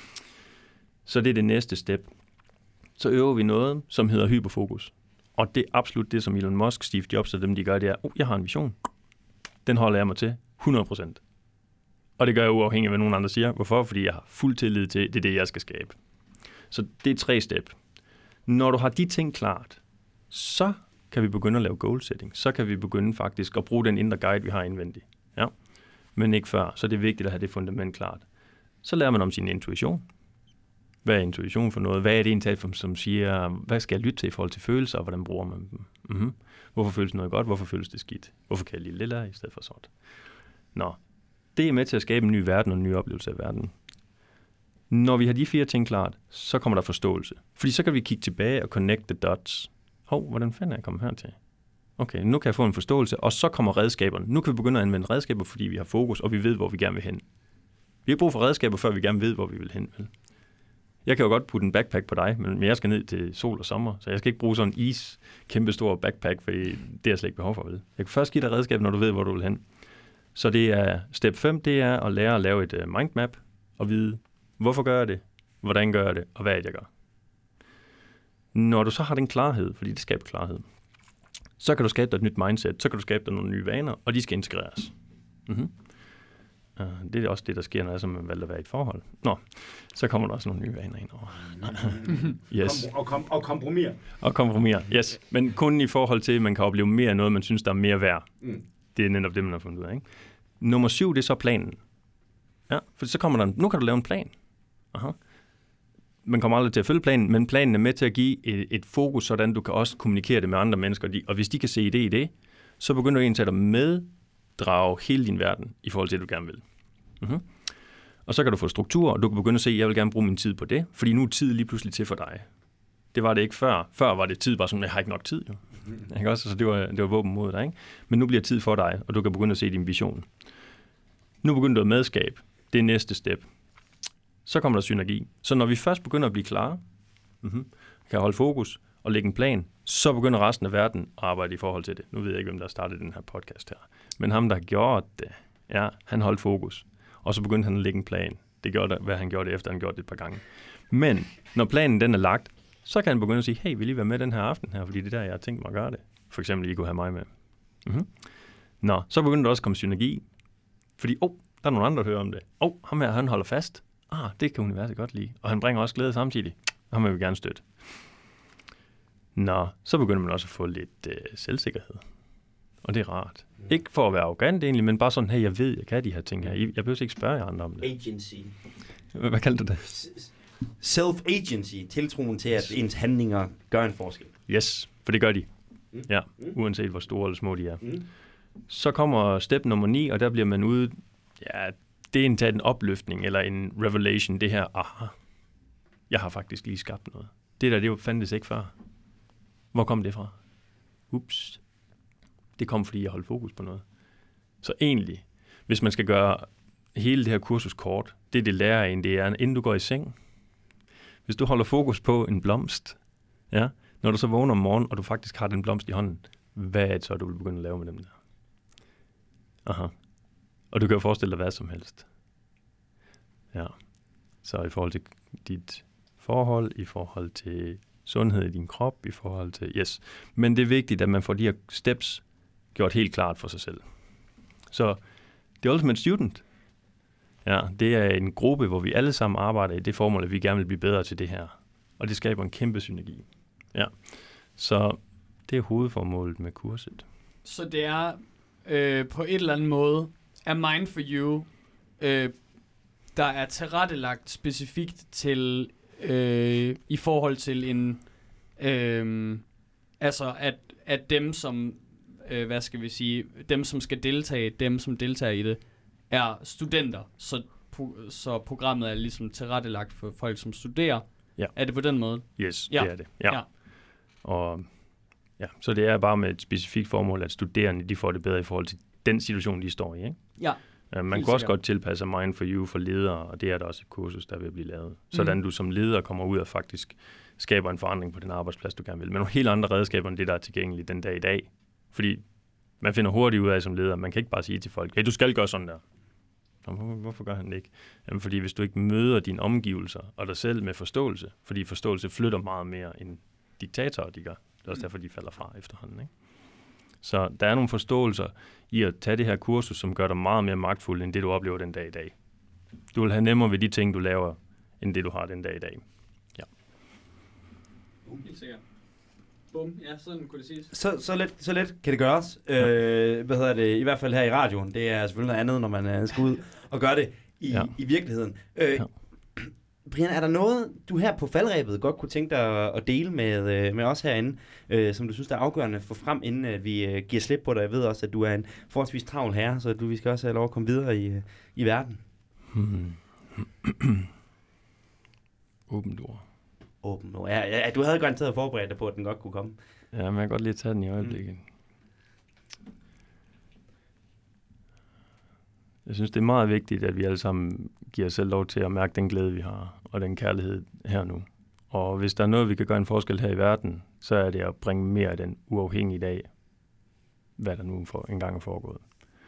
Så det er det næste step. Så øver vi noget, som hedder hyperfokus. Og det er absolut det, som Elon Musk, Steve Jobs og dem, de gør, det er, oh, jeg har en vision. Den holder jeg mig til hundrede procent. Og det gør jeg uafhængigt af, hvad nogen andre siger. Hvorfor? Fordi jeg har fuld tillid til, det er det, jeg skal skabe. Så det er tre step. Når du har de ting klart, så kan vi begynde at lave goal setting. Så kan vi begynde faktisk at bruge den indre guide, vi har indvendigt. Ja. Men ikke før. Så det er vigtigt at have det fundament klart. Så lærer man om sin intuition. Hvad er intuition for noget? Hvad er det egentlig, som siger, hvad skal jeg lytte til i forhold til følelser, og hvordan bruger man dem? Mm-hmm. Hvorfor føles noget godt? Hvorfor føles det skidt? Hvorfor kan jeg lide lilla i stedet for sort? Nå, det er med til at skabe en ny verden og en ny oplevelse af verden. Når vi har de fire ting klart, så kommer der forståelse. Fordi så kan vi kigge tilbage og connect the dots. Hov, hvordan fanden er jeg kommet hertil? Okay, nu kan jeg få en forståelse, og så kommer redskaberne. Nu kan vi begynde at anvende redskaber, fordi vi har fokus, og vi ved, hvor vi gerne vil hen. Vi har ikke brug for redskaber, før vi gerne ved, hvor vi vil hen. Vel? Jeg kan jo godt putte en backpack på dig, men jeg skal ned til sol og sommer, så jeg skal ikke bruge sådan en is, kæmpestor backpack, for det er jeg slet ikke behov for. Vel? Jeg kan først give dig redskaber, når du ved, hvor du vil hen. Så det er step fem, det er at lære at lave et uh, mindmap, og vide, hvorfor gør jeg det, hvordan gør jeg det, og hvad er det, jeg gør. Når du så har den klarhed, fordi det skaber klarhed, så kan du skabe dig et nyt mindset, så kan du skabe dig nogle nye vaner, og de skal integreres. Mm-hmm. Uh, det er også det, der sker, når jeg som valgt at være i et forhold. Nå, så kommer der også nogle nye vaner ind over. Yes. Kom, og, kom, og kompromis. Og kompromis, yes. Men kun i forhold til, at man kan opleve mere af noget, man synes, der er mere værd. Mm. Det er netop det, man har fundet ud af. Ikke? Nummer syv, det er så planen. Ja, for så kommer der, nu kan du lave en plan. Aha. Man kommer aldrig til at følge planen, men planen er med til at give et, et fokus, sådan du kan også kommunikere det med andre mennesker. De, og hvis de kan se det i det, så begynder du egentlig at meddrage hele din verden i forhold til, det du gerne vil. Uh-huh. Og så kan du få struktur, og du kan begynde at se, at jeg vil gerne bruge min tid på det, fordi nu er tid lige pludselig til for dig. Det var det ikke før. Før var det tid bare sådan, jeg har ikke nok tid. Jo. Mm-hmm. Ikke også? Så det var, det var våben mod dig. Ikke? Men nu bliver tid for dig, og du kan begynde at se din vision. Nu begynder du at medskabe. Det er næste step. Så kommer der synergi. Så når vi først begynder at blive klare, mm-hmm, kan holde fokus og lægge en plan, så begynder resten af verden at arbejde i forhold til det. Nu ved jeg ikke, hvem der startede den her podcast her. Men ham, der gjorde det, ja, han holdt fokus. Og så begyndte han at lægge en plan. Det gjorde, hvad han gjorde det efter, han gjorde det et par gange. Men når planen den er lagt, så kan han begynde at sige, hey, vil I være med den her aften her? Fordi det er der, jeg har tænkt mig at gøre det. For eksempel, I kunne have mig med. Mm-hmm. Nå, så begynder der også at komme synergi. Fordi, åh, oh, der er nogle andre, der hører om det. Åh, oh, ham her, han holder fast. Ah, det kan universet godt lide. Og han bringer også glæde samtidig. Ham vil vi gerne støtte. Nå, så begynder man også at få lidt øh, selvsikkerhed. Og det er rart. Mm. Ikke for at være arrogant egentlig, men bare sådan, hey, jeg ved, jeg kan de her ting her. Jeg behøver ikke spørge jer andre om det. Agency. Hvad, hvad kaldte du det? Self-agency. Tiltroen til, at ens handlinger gør en forskel. Yes, for det gør de. Mm. Ja, mm. uanset hvor store eller små de er. Mm. Så kommer step nummer ni, og der bliver man ude, ja, det er en taget en opløftning, eller en revelation, det her, aha, jeg har faktisk lige skabt noget. Det der, det fandtes ikke før. Hvor kom det fra? Ups. Det kom, fordi jeg holdt fokus på noget. Så egentlig, hvis man skal gøre hele det her kursus kort, det det lærer en, det er, inden du går i seng, hvis du holder fokus på en blomst, ja, når du så vågner om morgenen, og du faktisk har den blomst i hånden, hvad er det så, du vil begynde at lave med dem der? Aha. Og du kan jo forestille dig hvad som helst. Ja. Så i forhold til dit forhold, i forhold til sundhed i din krop, i forhold til, yes. Men det er vigtigt, at man får de her steps gjort helt klart for sig selv. Så the ultimate student. Ja, det er en gruppe, hvor vi alle sammen arbejder i det formål, at vi gerne vil blive bedre til det her. Og det skaber en kæmpe synergi. Ja. Så det er hovedformålet med kurset. Så det er øh, på et eller andet måde, er Mind for You, øh, der er tilrettelagt specifikt til, øh, i forhold til en, øh, altså at, at dem som, øh, hvad skal vi sige, dem som skal deltage, dem som deltager i det, er studenter, så, pro- så programmet er ligesom tilrettelagt for folk, som studerer. Ja. Er det på den måde? Yes, Ja. det er det. Ja. Ja. Og ja, så det er bare med et specifikt formål, at studerende de får det bedre i forhold til den situation, de står i. Ikke? Ja. Uh, man Helt kan også sikkert. godt tilpasse Mind for You for ledere, og det er der også et kursus, der vil blive lavet. Sådan du som leder kommer ud og faktisk skaber en forandring på den arbejdsplads, du gerne vil. Men nogle helt andre redskaber end det, der er tilgængeligt den dag i dag. Fordi man finder hurtigt ud af som leder, man kan ikke bare sige til folk, hey, du skal gøre sådan der. Hvorfor, hvorfor gør han det ikke? Jamen, fordi hvis du ikke møder dine omgivelser og dig selv med forståelse, fordi forståelse flytter meget mere end diktatorer, de gør. Det er også derfor, de falder fra efterhånden. Ikke? Så der er nogle forståelser i at tage det her kursus, som gør dig meget mere magtfuld, end det, du oplever den dag i dag. Du vil have nemmere ved de ting, du laver, end det, du har den dag i dag. Ja. Helt sikkert. Bum, ja, sådan kunne det siges. Så, så, let, så let kan det gøres. Ja. Øh, hvad hedder det? I hvert fald her i radioen. Det er selvfølgelig noget andet, når man uh, skal ud og gøre det i, ja. i virkeligheden. Øh, ja. Brian, er der noget, du her på faldrebet godt kunne tænke dig at dele med, med os herinde, øh, som du synes, der er afgørende at få frem, inden at vi øh, giver slip på dig? Jeg ved også, at du er en forholdsvis travl herre, så du, vi skal også have lov at komme videre i, i verden. Hmm. Åbent ord. Åbent ord. Ja, ja, du havde garanteret forberedt dig på, at den godt kunne komme. Ja, men jeg kan godt lige tage den i øjeblikket. Mm. Jeg synes, det er meget vigtigt, at vi alle sammen giver os selv lov til at mærke den glæde, vi har, og den kærlighed her nu. Og hvis der er noget, vi kan gøre en forskel her i verden, så er det at bringe mere af den uafhængige af, hvad der nu for, engang er foregået.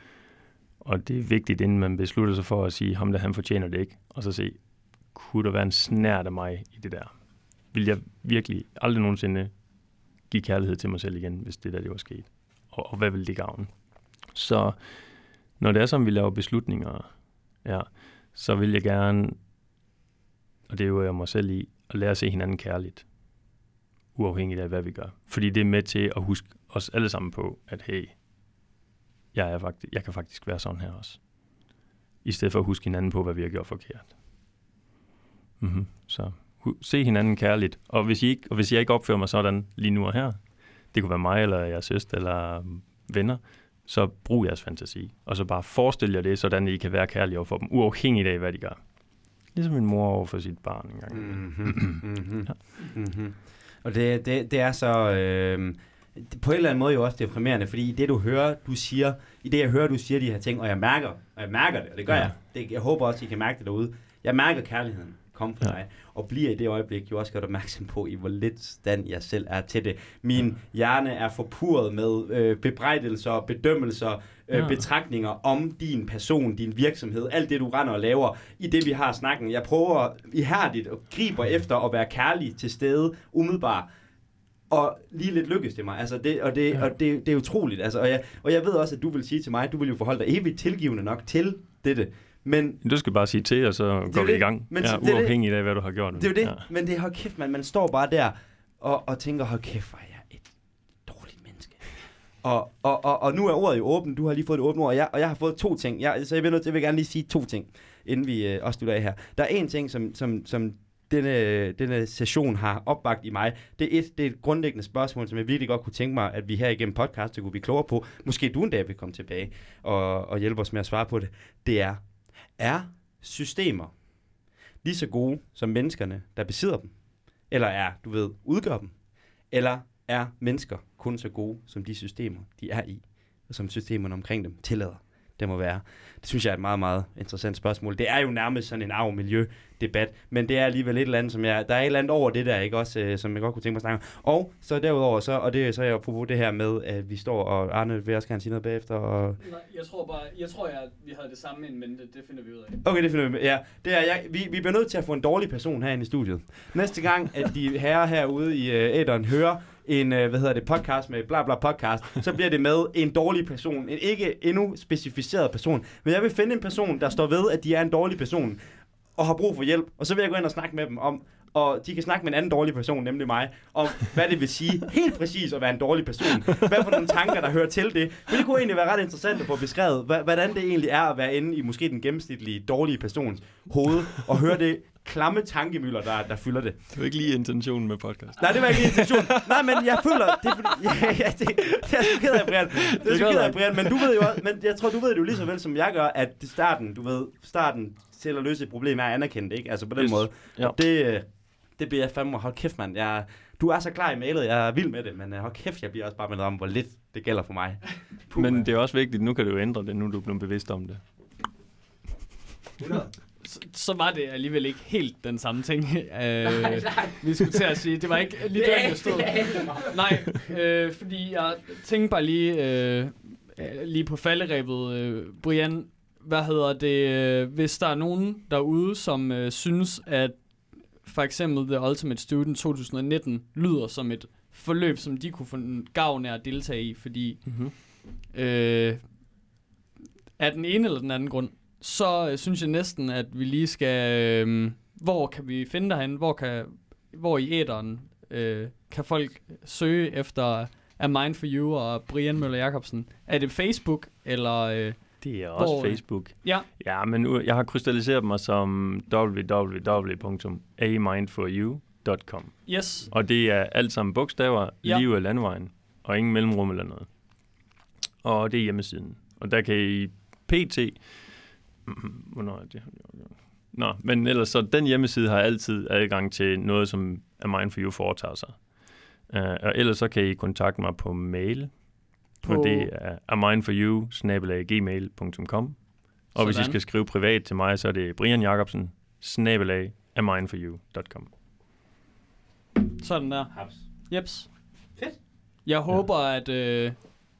Og det er vigtigt, inden man beslutter sig for at sige, ham der han fortjener det ikke, og så se, kunne der være en snært af mig i det der? Vil jeg virkelig aldrig nogensinde give kærlighed til mig selv igen, hvis det der det var sket? Og, og hvad vil det gavne? Så når det er som vi laver beslutninger, ja, så vil jeg gerne, og det er jo jeg mig selv i, at lære at se hinanden kærligt, uafhængigt af hvad vi gør. Fordi det er med til at huske os alle sammen på, at hey, jeg, er faktisk, jeg kan faktisk være sådan her også. I stedet for at huske hinanden på, hvad vi har gjort forkert. Mm-hmm. Så hu- se hinanden kærligt. Og hvis, I ikke, og hvis jeg ikke opfører mig sådan lige nu og her, det kunne være mig, eller jeres søster, eller venner, så brug jeres fantasi. Og så bare forestil jer det, sådan at I kan være kærlige over for dem, uafhængigt af, hvad de gør. Ligesom en mor over for sit barn engang. Mm-hmm. Mm-hmm. Ja. Mm-hmm. Og det, det, det er så øh, på en eller anden måde jo også deprimerende, fordi i det du hører, du siger, i det jeg hører, du siger de her ting, og jeg mærker, og jeg mærker det, og det gør ja. jeg. Det, jeg håber også, I kan mærke det derude. Jeg mærker kærligheden komme fra ja. dig, og bliver i det øjeblik jo også godt opmærksom på, i hvor lidt stand jeg selv er til det. Min hjerne er forpurret med øh, bebrejdelser, bedømmelser, øh, ja. betragtninger om din person, din virksomhed, alt det du render og laver, i det vi har snakken. Jeg prøver ihærdigt og griber efter at være kærlig til stede, umiddelbart, og lige lidt lykkes det mig. Altså det, og det, ja. og det, det er utroligt. Altså, og, jeg, og jeg ved også, at du vil sige til mig, at du vil jo forholde dig evigt tilgivende nok til dette. Men du skal bare sige til, og så går vi i gang. Men ja, uafhængigt af, hvad du har gjort. Det er jo det, ja. Men det, hold kæft, man, man står bare der og, og tænker, hold kæft, hvor er jeg et dårligt menneske. Og, og, og, og nu er ordet jo åbent, du har lige fået det åbne ord, og jeg, og jeg har fået to ting. Jeg, så jeg vil, jeg vil gerne lige sige to ting, inden vi øh, også slutter af her. Der er en ting, som, som, som denne, denne session har opbagt i mig. Det er et, det er et grundlæggende spørgsmål, som jeg virkelig godt kunne tænke mig, at vi her igennem podcastet kunne blive klogere på. Måske du en dag vil komme tilbage og, og hjælpe os med at svare på det. Det er, er systemer lige så gode som menneskerne, der besidder dem? Eller er, du ved, udgør dem? Eller er mennesker kun så gode som de systemer, de er i, og som systemerne omkring dem tillader? Det må være. Det synes jeg er et meget, meget interessant spørgsmål. Det er jo nærmest sådan en arv-miljø-debat, men det er alligevel et eller andet, som jeg, der er et eller andet over det der, ikke også, øh, som jeg godt kunne tænke mig at snakke om. Og så derudover, så, og det så er jeg på det her med, at vi står, og Arne vil også gerne sige noget bagefter. Og Nej, jeg tror bare, jeg tror, jeg, vi havde det samme en mente, det finder vi ud af. Okay, det finder vi ja. Det er, jeg, vi, vi bliver nødt til at få en dårlig person herinde i studiet. Næste gang, at de herrer herude i øh, æderen hører en øh, hvad hedder det, podcast med bla bla podcast, så bliver det med en dårlig person. En ikke endnu specificeret person. Men jeg vil finde en person, der står ved, at de er en dårlig person, og har brug for hjælp. Og så vil jeg gå ind og snakke med dem om, og de kan snakke med en anden dårlig person, nemlig mig, om hvad det vil sige helt præcis at være en dårlig person. Hvad for nogle tanker, der hører til det. For det kunne egentlig være ret interessant at få beskrevet, hvordan det egentlig er at være inde i måske den gennemsnitlige dårlige persons hoved, og høre det klamme tankemøller, der, der fylder det. Det var ikke lige intentionen med podcast. Nej, det var ikke lige intentionen. Nej, men jeg føler, det er fordi, ja, ja, det, det er så ked af, Brian. Det er så ked af, Brian, men du ved jo også, men jeg tror, du ved det jo lige så vel, som jeg gør, at starten, du ved, starten til at løse et problem er anerkendt, ikke? Altså på den yes. måde. Ja. Det, det bliver jeg fandme, hold kæft, mand. Jeg, du er så klar i mailet, jeg er vild med det, men hold kæft, jeg bliver også bare med om, hvor lidt det gælder for mig. Puh, men man. det er også vigtigt, nu kan du jo ændre det, nu er du blevet bevidst om det. Så, så var det alligevel ikke helt den samme ting, øh, nej, nej. vi skulle til at sige. Det var ikke lige der, jeg stod. Nej, øh, fordi jeg tænkte bare lige, øh, lige på falderæbet, øh, Brian, hvad hedder det, øh, hvis der er nogen derude, som øh, synes, at for eksempel The Ultimate Student to tusind nitten lyder som et forløb, som de kunne få en gavn af at deltage i, fordi mm-hmm. øh, af den ene eller den anden grund, så øh, synes jeg næsten, at vi lige skal, øh, hvor kan vi finde dig hen, hvor, kan, hvor i æteren øh, kan folk søge efter A Mind for You og Brian Møller Jacobsen. Er det Facebook, eller... Øh, det er også hvor, Facebook. Ja. Ja, men nu, jeg har krystalliseret mig som w w w punktum a mind for you punktum com. Yes. Og det er alt sammen bogstaver, ja. Liv af landvejen, og ingen mellemrum eller noget. Og det er hjemmesiden. Og der kan I pt... Hvornår er det? Nå, men ellers så den hjemmeside har altid adgang til noget, som A Mind for You foretager sig. Uh, og ellers så kan I kontakte mig på mail, på og det er a mind for you snabel-a gmail punktum com. Og sådan. Hvis I skal skrive privat til mig, så er det Brian Jacobsen snabel-a a mind for you punktum com. Sådan der. Haps. Jeps. Fedt. Jeg håber, ja. at øh,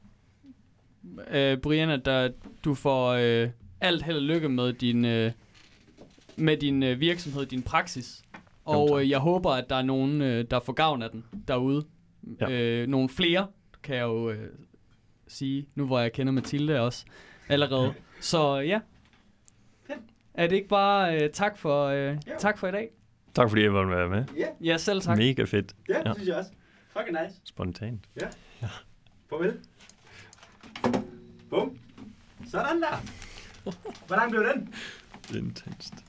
øh, Brian, at der, du får øh, alt held og lykke med din, øh, med din øh, virksomhed, din praksis. Og øh, jeg håber, at der er nogen, øh, der får gavn af den derude. Ja. Øh, nogle flere, kan jeg jo øh, sige, nu hvor jeg kender Mathilde også allerede. Så ja. Fedt. Er det ikke bare øh, tak, for, øh, tak for i dag? Tak fordi jeg var med. med. Yeah. Ja, selv tak. Mega fedt. Ja, det ja. synes jeg også. Fucking nice. Spontant. Ja. ja. Farvel. Bum. Sådan der. Hvor lang blev den? Intenst.